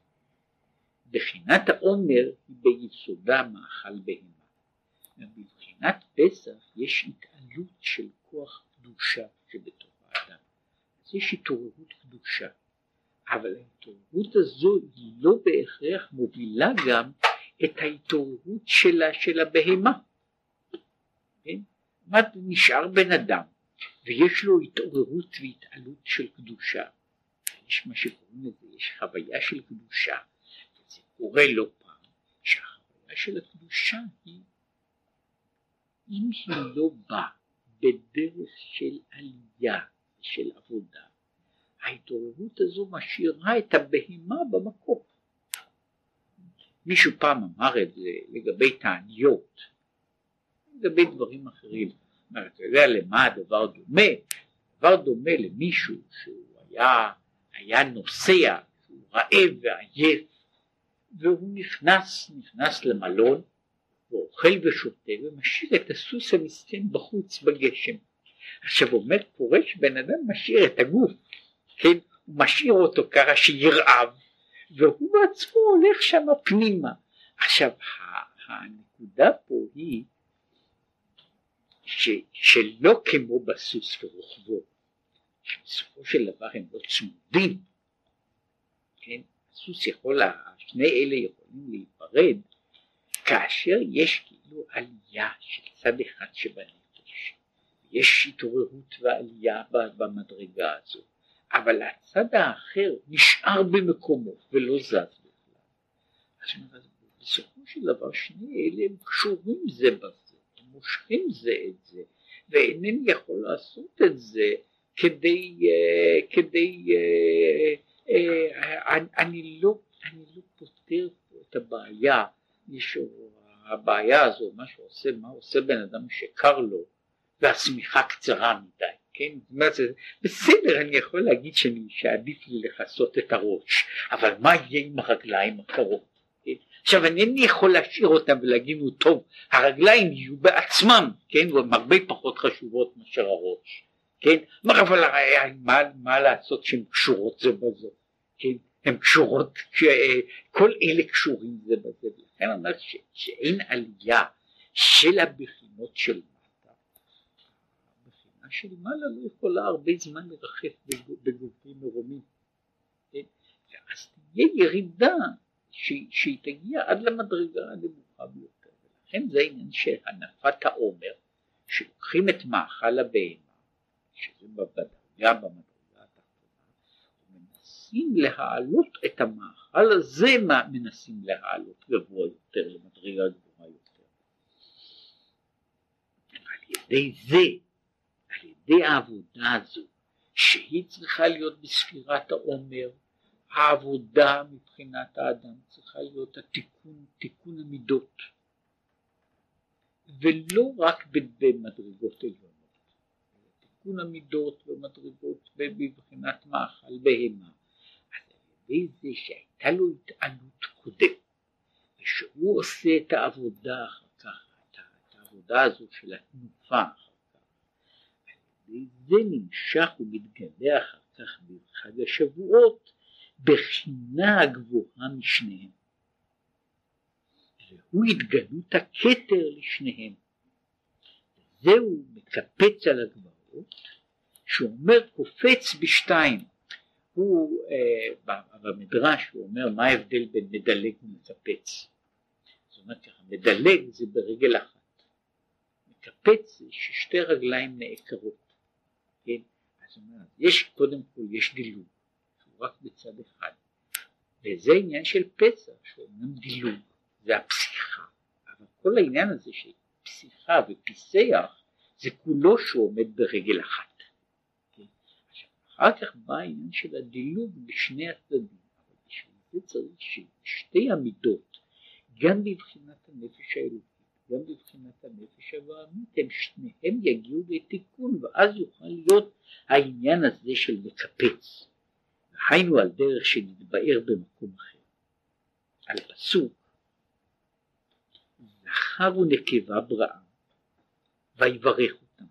בחינת העומר היא ביסודה מאכל בהמה. בבחינת פסח יש התעלות של כוח קדושה שבתוך האדם. אז יש התעוררות קדושה. אבל ההתעוררות הזו היא לא בהכרח מובילה גם את ההתעוררות של הבהמה. כן? נשאר בן אדם ויש לו התעוררות והתעלות של קדושה. יש מה שקוראים לזה, יש חוויה של קדושה. זה קורה לא פעם שהחוויה של הקדושה היא, אם היא לא באה בדרך של עלייה של עבודה, ההתעוררות הזו משאירה את הבהמה במקום. מישהו פעם אמר את זה לגבי תעניות, לגבי דברים אחרים. אתה יודע למה הדבר דומה? הדבר דומה למישהו שהוא היה נוסע, שהוא רעב ועייף, והוא נכנס למלון, ואוכל ושותה, ומשאיר את הסוס המסכן בחוץ בגשם. עכשיו עומד קורה שבן אדם משאיר את הגוף, כן? הוא משאיר אותו ככה שירעב, והוא בעצמו הולך שם פנימה. עכשיו הנקודה פה היא שלא כמו בסוס ורוכבו, שבסופו של דבר הם לא צמודים, כן? הסוס יכול, שני אלה יכולים להיפרד, כאשר יש כאילו עלייה של צד אחד שבנפש, יש התעוררות ועלייה במדרגה הזו, אבל הצד האחר נשאר במקומו ולא זז בכלל. אז בסופו של דבר שני אלה הם קשורים זה בזה, הם מושכים זה את זה, ואינני יכול לעשות את זה אני לא פותר את הבעיה. הבעיה הזו, מה עושה בן אדם שקר לו והשמיכה קצרה מדי, כן? זאת אומרת, בסדר, אני יכול להגיד שעדיף לי לכסות את הראש, אבל מה יהיה עם הרגליים הקרות? כן? עכשיו אני יכול להשאיר אותם ולהגיד לו, טוב, הרגליים יהיו בעצמם, כן? והן הרבה פחות חשובות מאשר הראש, כן? אבל מה לעשות שהן קשורות זה בזה, כן? הן קשורות, כל אלה קשורים זה בזה, ולכן אני אומר שאין עלייה של הבחינות של מטה. הבחינה של מעלה לא יכולה הרבה זמן לרחף בגופים מרומים, כן? ואז תהיה ירידה שהיא תגיע עד למדרגה הנמוכה ביותר, ולכן זה העניין שהנפת העומר, שלוקחים לוקחים את מאכל הבהמה, שזה בדרגה במדרגה התחתונה, ומנסים להעלות את המאכל הזה, מנסים להעלות גבוה יותר, למדרגה גבוהה יותר. על ידי זה, על ידי העבודה הזו, שהיא צריכה להיות בספירת העומר, העבודה מבחינת האדם צריכה להיות תיקון המידות, ולא רק במדרגות עליונות, תיקון המידות במדרגות בבחינת מאכל בהמה. אז על ידי זה שהייתה לו התעלות קודם, ושהוא עושה את העבודה אחר כך, את העבודה הזו של התנופה אחר כך, על ידי זה נמשך ומתגלה אחר כך בחג השבועות, בחינה הגבוהה משניהם, והוא התגלות הכתר לשניהם. זהו מקפץ על הגבעות, שהוא אומר קופץ בשתיים. הוא במדרש הוא אומר מה ההבדל בין מדלג ומקפץ. זאת אומרת ככה, מדלג זה ברגל אחת, מקפץ זה ששתי רגליים נעקרות, כן? אז הוא אומר, יש קודם כל יש דילוג רק בצד אחד, וזה עניין של פסח שאומרים דילוג, זה הפסיכה, אבל כל העניין הזה של פסיכה ופיסח זה כולו שעומד ברגל אחת, כן? עכשיו, אחר כך בא העניין של הדילוג בשני הצדדים, אבל בשביל זה צריך ששתי המידות, גם בבחינת הנפש האלוקית, גם בבחינת הנפש הבעמית, הם שניהם יגיעו לתיקון, ואז יוכל להיות העניין הזה של מקפץ. היינו על דרך שנתבאר במקום אחר, על פסוק זכר ונקבה בראם ויברך אותם,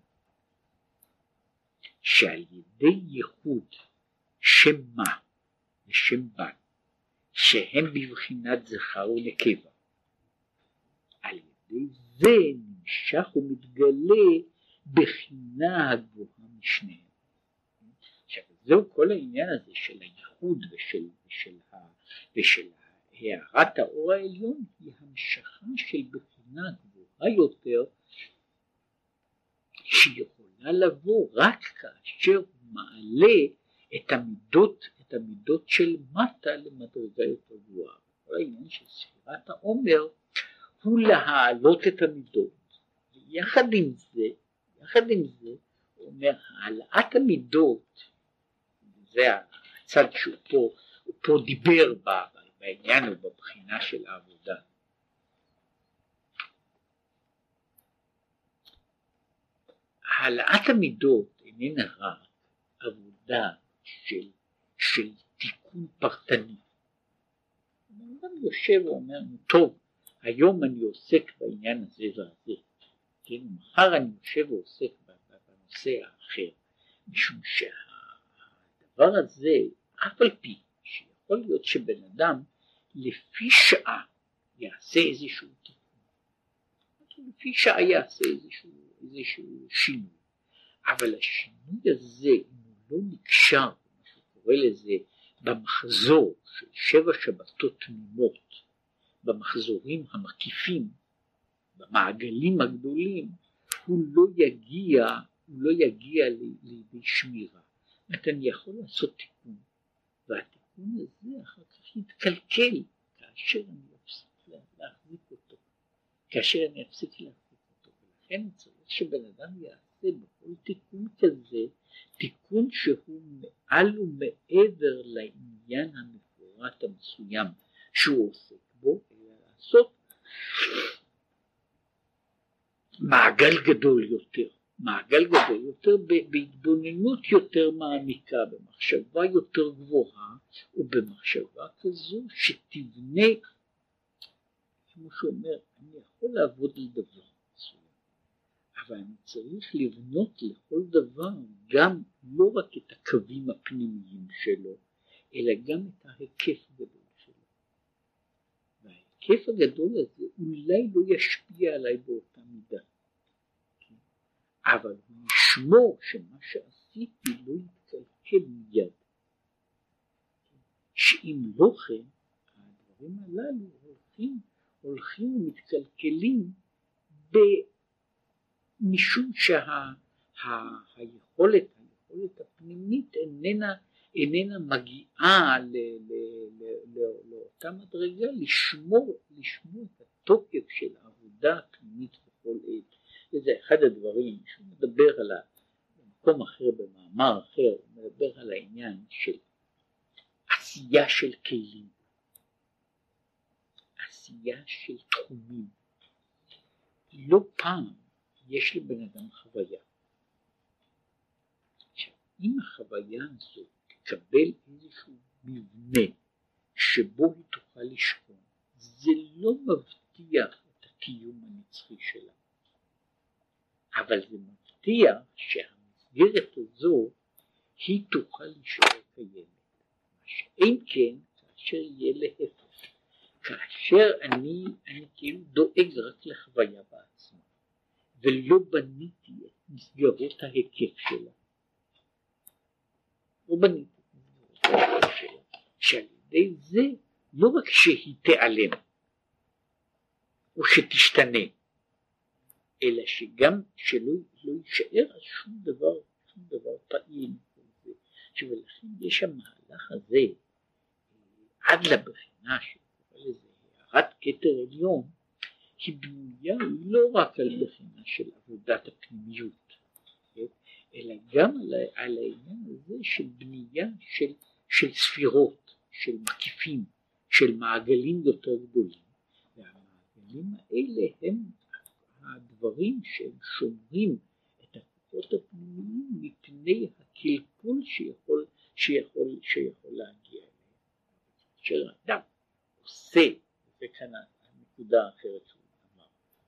שעל ידי ייחוד שם מה ושם בן שהם בבחינת זכר ונקבה, על ידי זה נמשך ומתגלה בחינה הגבוהה משניהם. עכשיו זהו כל העניין הזה של הייחוד ושל הערת האור העליון, היא המשכה של בחינה גבוהה יותר, שיכולה לבוא רק כאשר הוא מעלה את המידות של מטה למדרגה יותר גבוהה. כל העניין של ספירת העומר הוא להעלות את המידות, ויחד עם זה הוא אומר העלאת המידות, זה הצד שהוא פה דיבר בעניין ובבחינה של העבודה. העלאת המידות איננה רק עבודה של תיקון פרטני. הוא גם יושב ואומר, טוב, היום אני עוסק בעניין הזה והזה, כן? מחר אני יושב ועוסק בנושא האחר, משום הדבר הזה, אף על פי שיכול להיות שבן אדם לפי שעה יעשה איזשהו תיקון, לפי שעה יעשה איזשהו שינוי, אבל השינוי הזה אם הוא לא נקשר, מה שקורא לזה במחזור של 7 שבתות תמימות, במחזורים המקיפים, במעגלים הגדולים, הוא לא יגיע לידי שמירה. אני יכול לעשות תיקון, והתיקון הזה אחר כך יתקלקל כאשר אני אפסיק להחזיק אותו, ולכן צריך שבן אדם יעשה בכל תיקון כזה, תיקון שהוא מעל ומעבר לעניין המפורט המסוים שהוא עוסק בו, אלא לעשות מעגל גדול יותר בהתבוננות יותר מעמיקה, במחשבה יותר גבוהה, ובמחשבה כזו שתבנה, כמו שאומר, אני יכול לעבוד על דבר מסוים, אבל אני צריך לבנות לכל דבר גם לא רק את הקווים הפנימיים שלו, אלא גם את ההיקף הגדול שלו. וההיקף הגדול הזה אולי לא ישפיע עליי באותה מידה, אבל הוא ישמור שמה שעשיתי לא יתקלקל מיד, שאם לא כן הדברים הללו הולכים ומתקלקלים משום שהיכולת הפנימית איננה מגיעה לאותה מדרגה לשמור את התוקף של העבודה הפנימית בכל עת. וזה אחד הדברים שהוא מדבר עליו במקום אחר, במאמר אחר, הוא מדבר על העניין של עשייה של כלים, עשייה של תחומים. לא פעם יש לבן אדם חוויה. עכשיו, אם החוויה הזו תקבל איזשהו מבנה שבו היא תוכל לשכון, זה לא מבטיח את הקיום הנצחי שלה, אבל זה מבטיח שהמסגרת הזו היא תוכל להישאר קיימת. אם כן, כאשר יהיה להפך, כאשר אני כאילו דואג רק לחוויה בעצמה ולא בניתי את מסגרות ההיקף שלה, שעל ידי זה לא רק שהיא תיעלם או שתשתנה, אלא שגם שלא יישאר שום דבר פעיל. ולכן יש המהלך הזה עד לבחינה שקורא לזה הערת כתר עליון, היא בנויה לא רק על בחינה של עבודת הפנימיות, אלא גם על העניין הזה של בנייה של ספירות, של מקיפים, של מעגלים יותר גדולים, והמעגלים האלה הם הדברים שהם שומרים את הכוחות הפנימיים מפני הקלקול שיכול להגיע אליהם. כאשר האדם עושה, וכאן הנקודה האחרת שהוא אמר,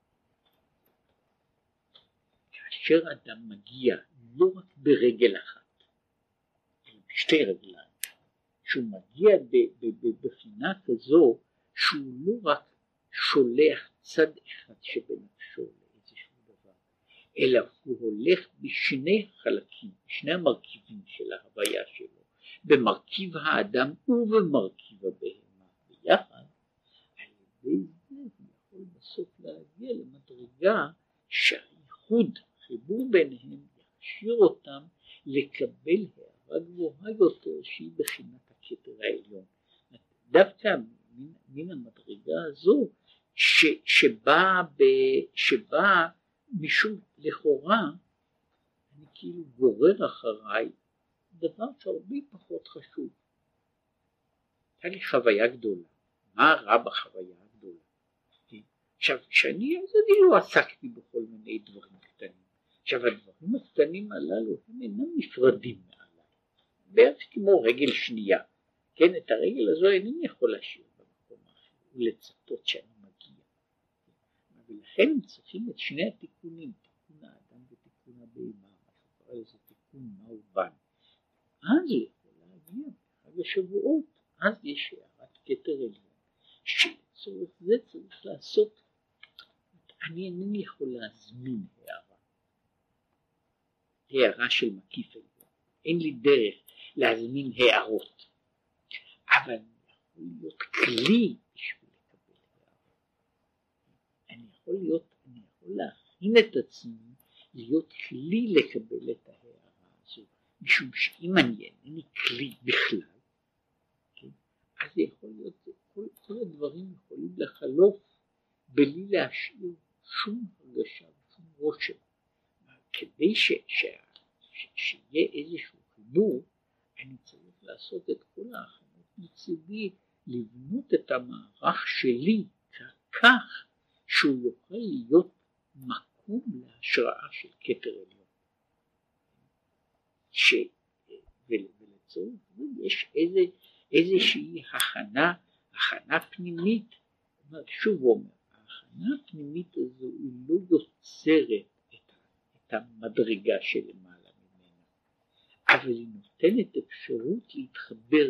כאשר אדם מגיע לא רק ברגל אחת, אלא בשתי רגליים, שהוא מגיע בבחינה כזו שהוא לא רק שולח צד אחד שבנפשו לאיזשהו דבר, אלא הוא הולך בשני החלקים, בשני המרכיבים של ההוויה שלו, במרכיב האדם ובמרכיב הבהמה ביחד. על ידי זה הוא יכול בסוף להגיע למדרגה שהייחוד, חיבור ביניהם, יכשיר אותם לקבל הערה גבוהה יותר שהיא בחינת הכתר העליון. דווקא מן המדרגה הזו שבאה משום לכאורה אני כאילו גורר אחריי דבר שהרבה פחות חשוב. הייתה לי חוויה גדולה. מה רע בחוויה הגדולה? עכשיו כשאני לא עסקתי בכל מיני דברים קטנים. עכשיו הדברים הקטנים הללו הם אינם נפרדים מעליי, בערך כמו רגל שנייה. כן, את הרגל הזו אינני יכול להשאיר במקום אחר ולצפות שאני מגיע, ולכן צריכים את שני התיקונים, תיקון האדם ותיקון הבהמה, מה שקורא לזה תיקון מאובן. אז הוא יכול להגיע בחג השבועות, אז יש הערת כתר עליון, שלצורך זה צריך לעשות, אני אינני יכול להזמין הערה של מקיף עליון, אין לי דרך להזמין הערות, אבל אני יכול להיות כלי בשביל לקבל הערה. אני יכול להכין את עצמי להיות כלי לקבל את ההערה הזו, משום שאם אני אינני כלי בכלל, כן, אז יכול להיות כל הדברים יכולים לחלוף בלי להשאיר שום הרגשה ושום רושם. כדי שיהיה איזשהו חיבור, אני צריך לעשות את כל ההכנות מצידי, לבנות את המערך שלי כך שהוא יוכל להיות מקום להשראה של כתר עליון. ולצורך זה יש איזושהי הכנה פנימית. שוב הוא אומר, ההכנה הפנימית הזו היא לא יוצרת את המדרגה שלמעלה ממנה, אבל היא נותנת אפשרות להתחבר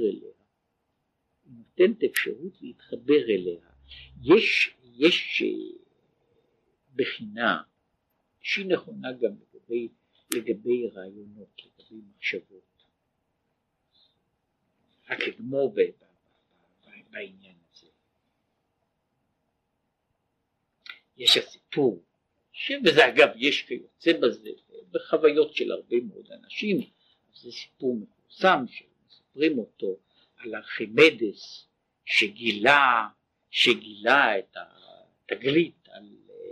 אליה. יש בחינה שהיא נכונה גם לגבי רעיונות, לגבי מחשבות. רק לגמור בעניין הזה. יש הסיפור וזה אגב יש כיוצא בזה בחוויות של הרבה מאוד אנשים. זה סיפור מפורסם שמספרים אותו על ארכימדס שגילה את התגלית על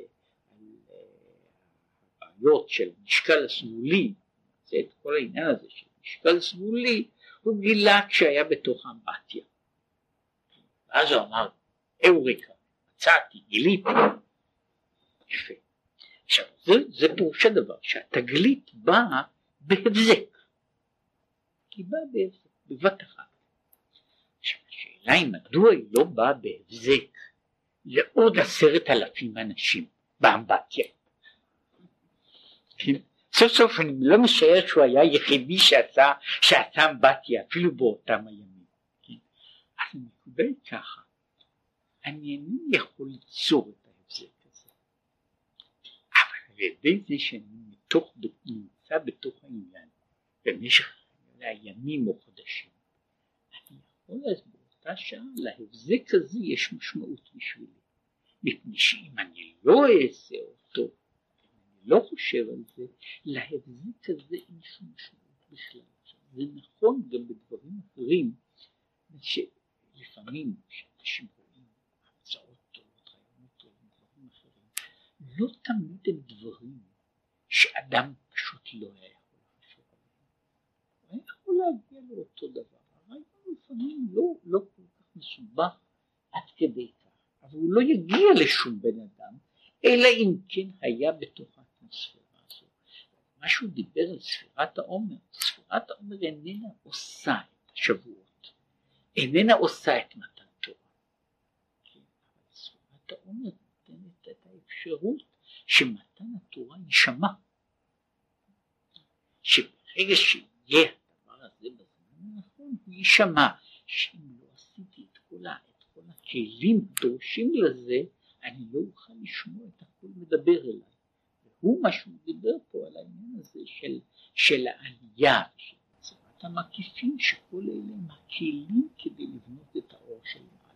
הבעיות של משקל סגולי. זה את כל העניין הזה של משקל סגולי הוא גילה כשהיה בתוך האמבטיה. אז הוא אמר אוריקה, מצאתי, גיליתי. יפה. עכשיו זה פירוש הדבר שהתגלית באה בהבזק, היא באה בהבזק בבת אחת. עכשיו השאלה היא מדוע היא לא באה בהבזק לעוד 10,000 אנשים באמבטיה. סוף סוף אני לא משער שהוא היה יחידי שעשה אמבטיה אפילו באותם הימים. אז הנקודה היא ככה, אני אינני יכול ליצור את ההבזק הזה, אבל על ידי זה שאני נמצא בתוך העניין במשך ימים או חודשים, אני יכול אז באותה שעה להבזק הזה יש משמעות בשבילי, מפני שאם אני לא אעשה אותו, אני לא חושב על זה, להבזק הזה אין שום משמעות בכלל. זה נכון גם בדברים אחרים, שלפעמים כשאנשים רואים הרצאות טובות, רעיונות טובים, דברים אחרים, לא תמיד הם דברים שאדם פשוט לא היה יכול לחשוב עליהם. הוא היה יכול להגיע לאותו דבר. הרעיון לפעמים לא כל כך מסובך עד כדי כך, אבל הוא לא יגיע לשום בן אדם, אלא אם כן היה בתוך האטמוספירה הזו. מה שהוא דיבר על ספירת העומר, ספירת העומר איננה עושה את השבועות, איננה עושה את מתן תורה. אבל ספירת העומר נותנת את האפשרות שמתן התורה יישמע. שברגע שיהיה הדבר הזה בזמן הנכון, הוא יישמע. שאם לא עשיתי את כל הכלים הדרושים לזה, אני לא אוכל לשמוע את הכל מדבר אליי. והוא מה שהוא דיבר פה על העניין הזה של העלייה, של יצירת המקיפים, שכל אלה הם הכלים כדי לבנות את האור של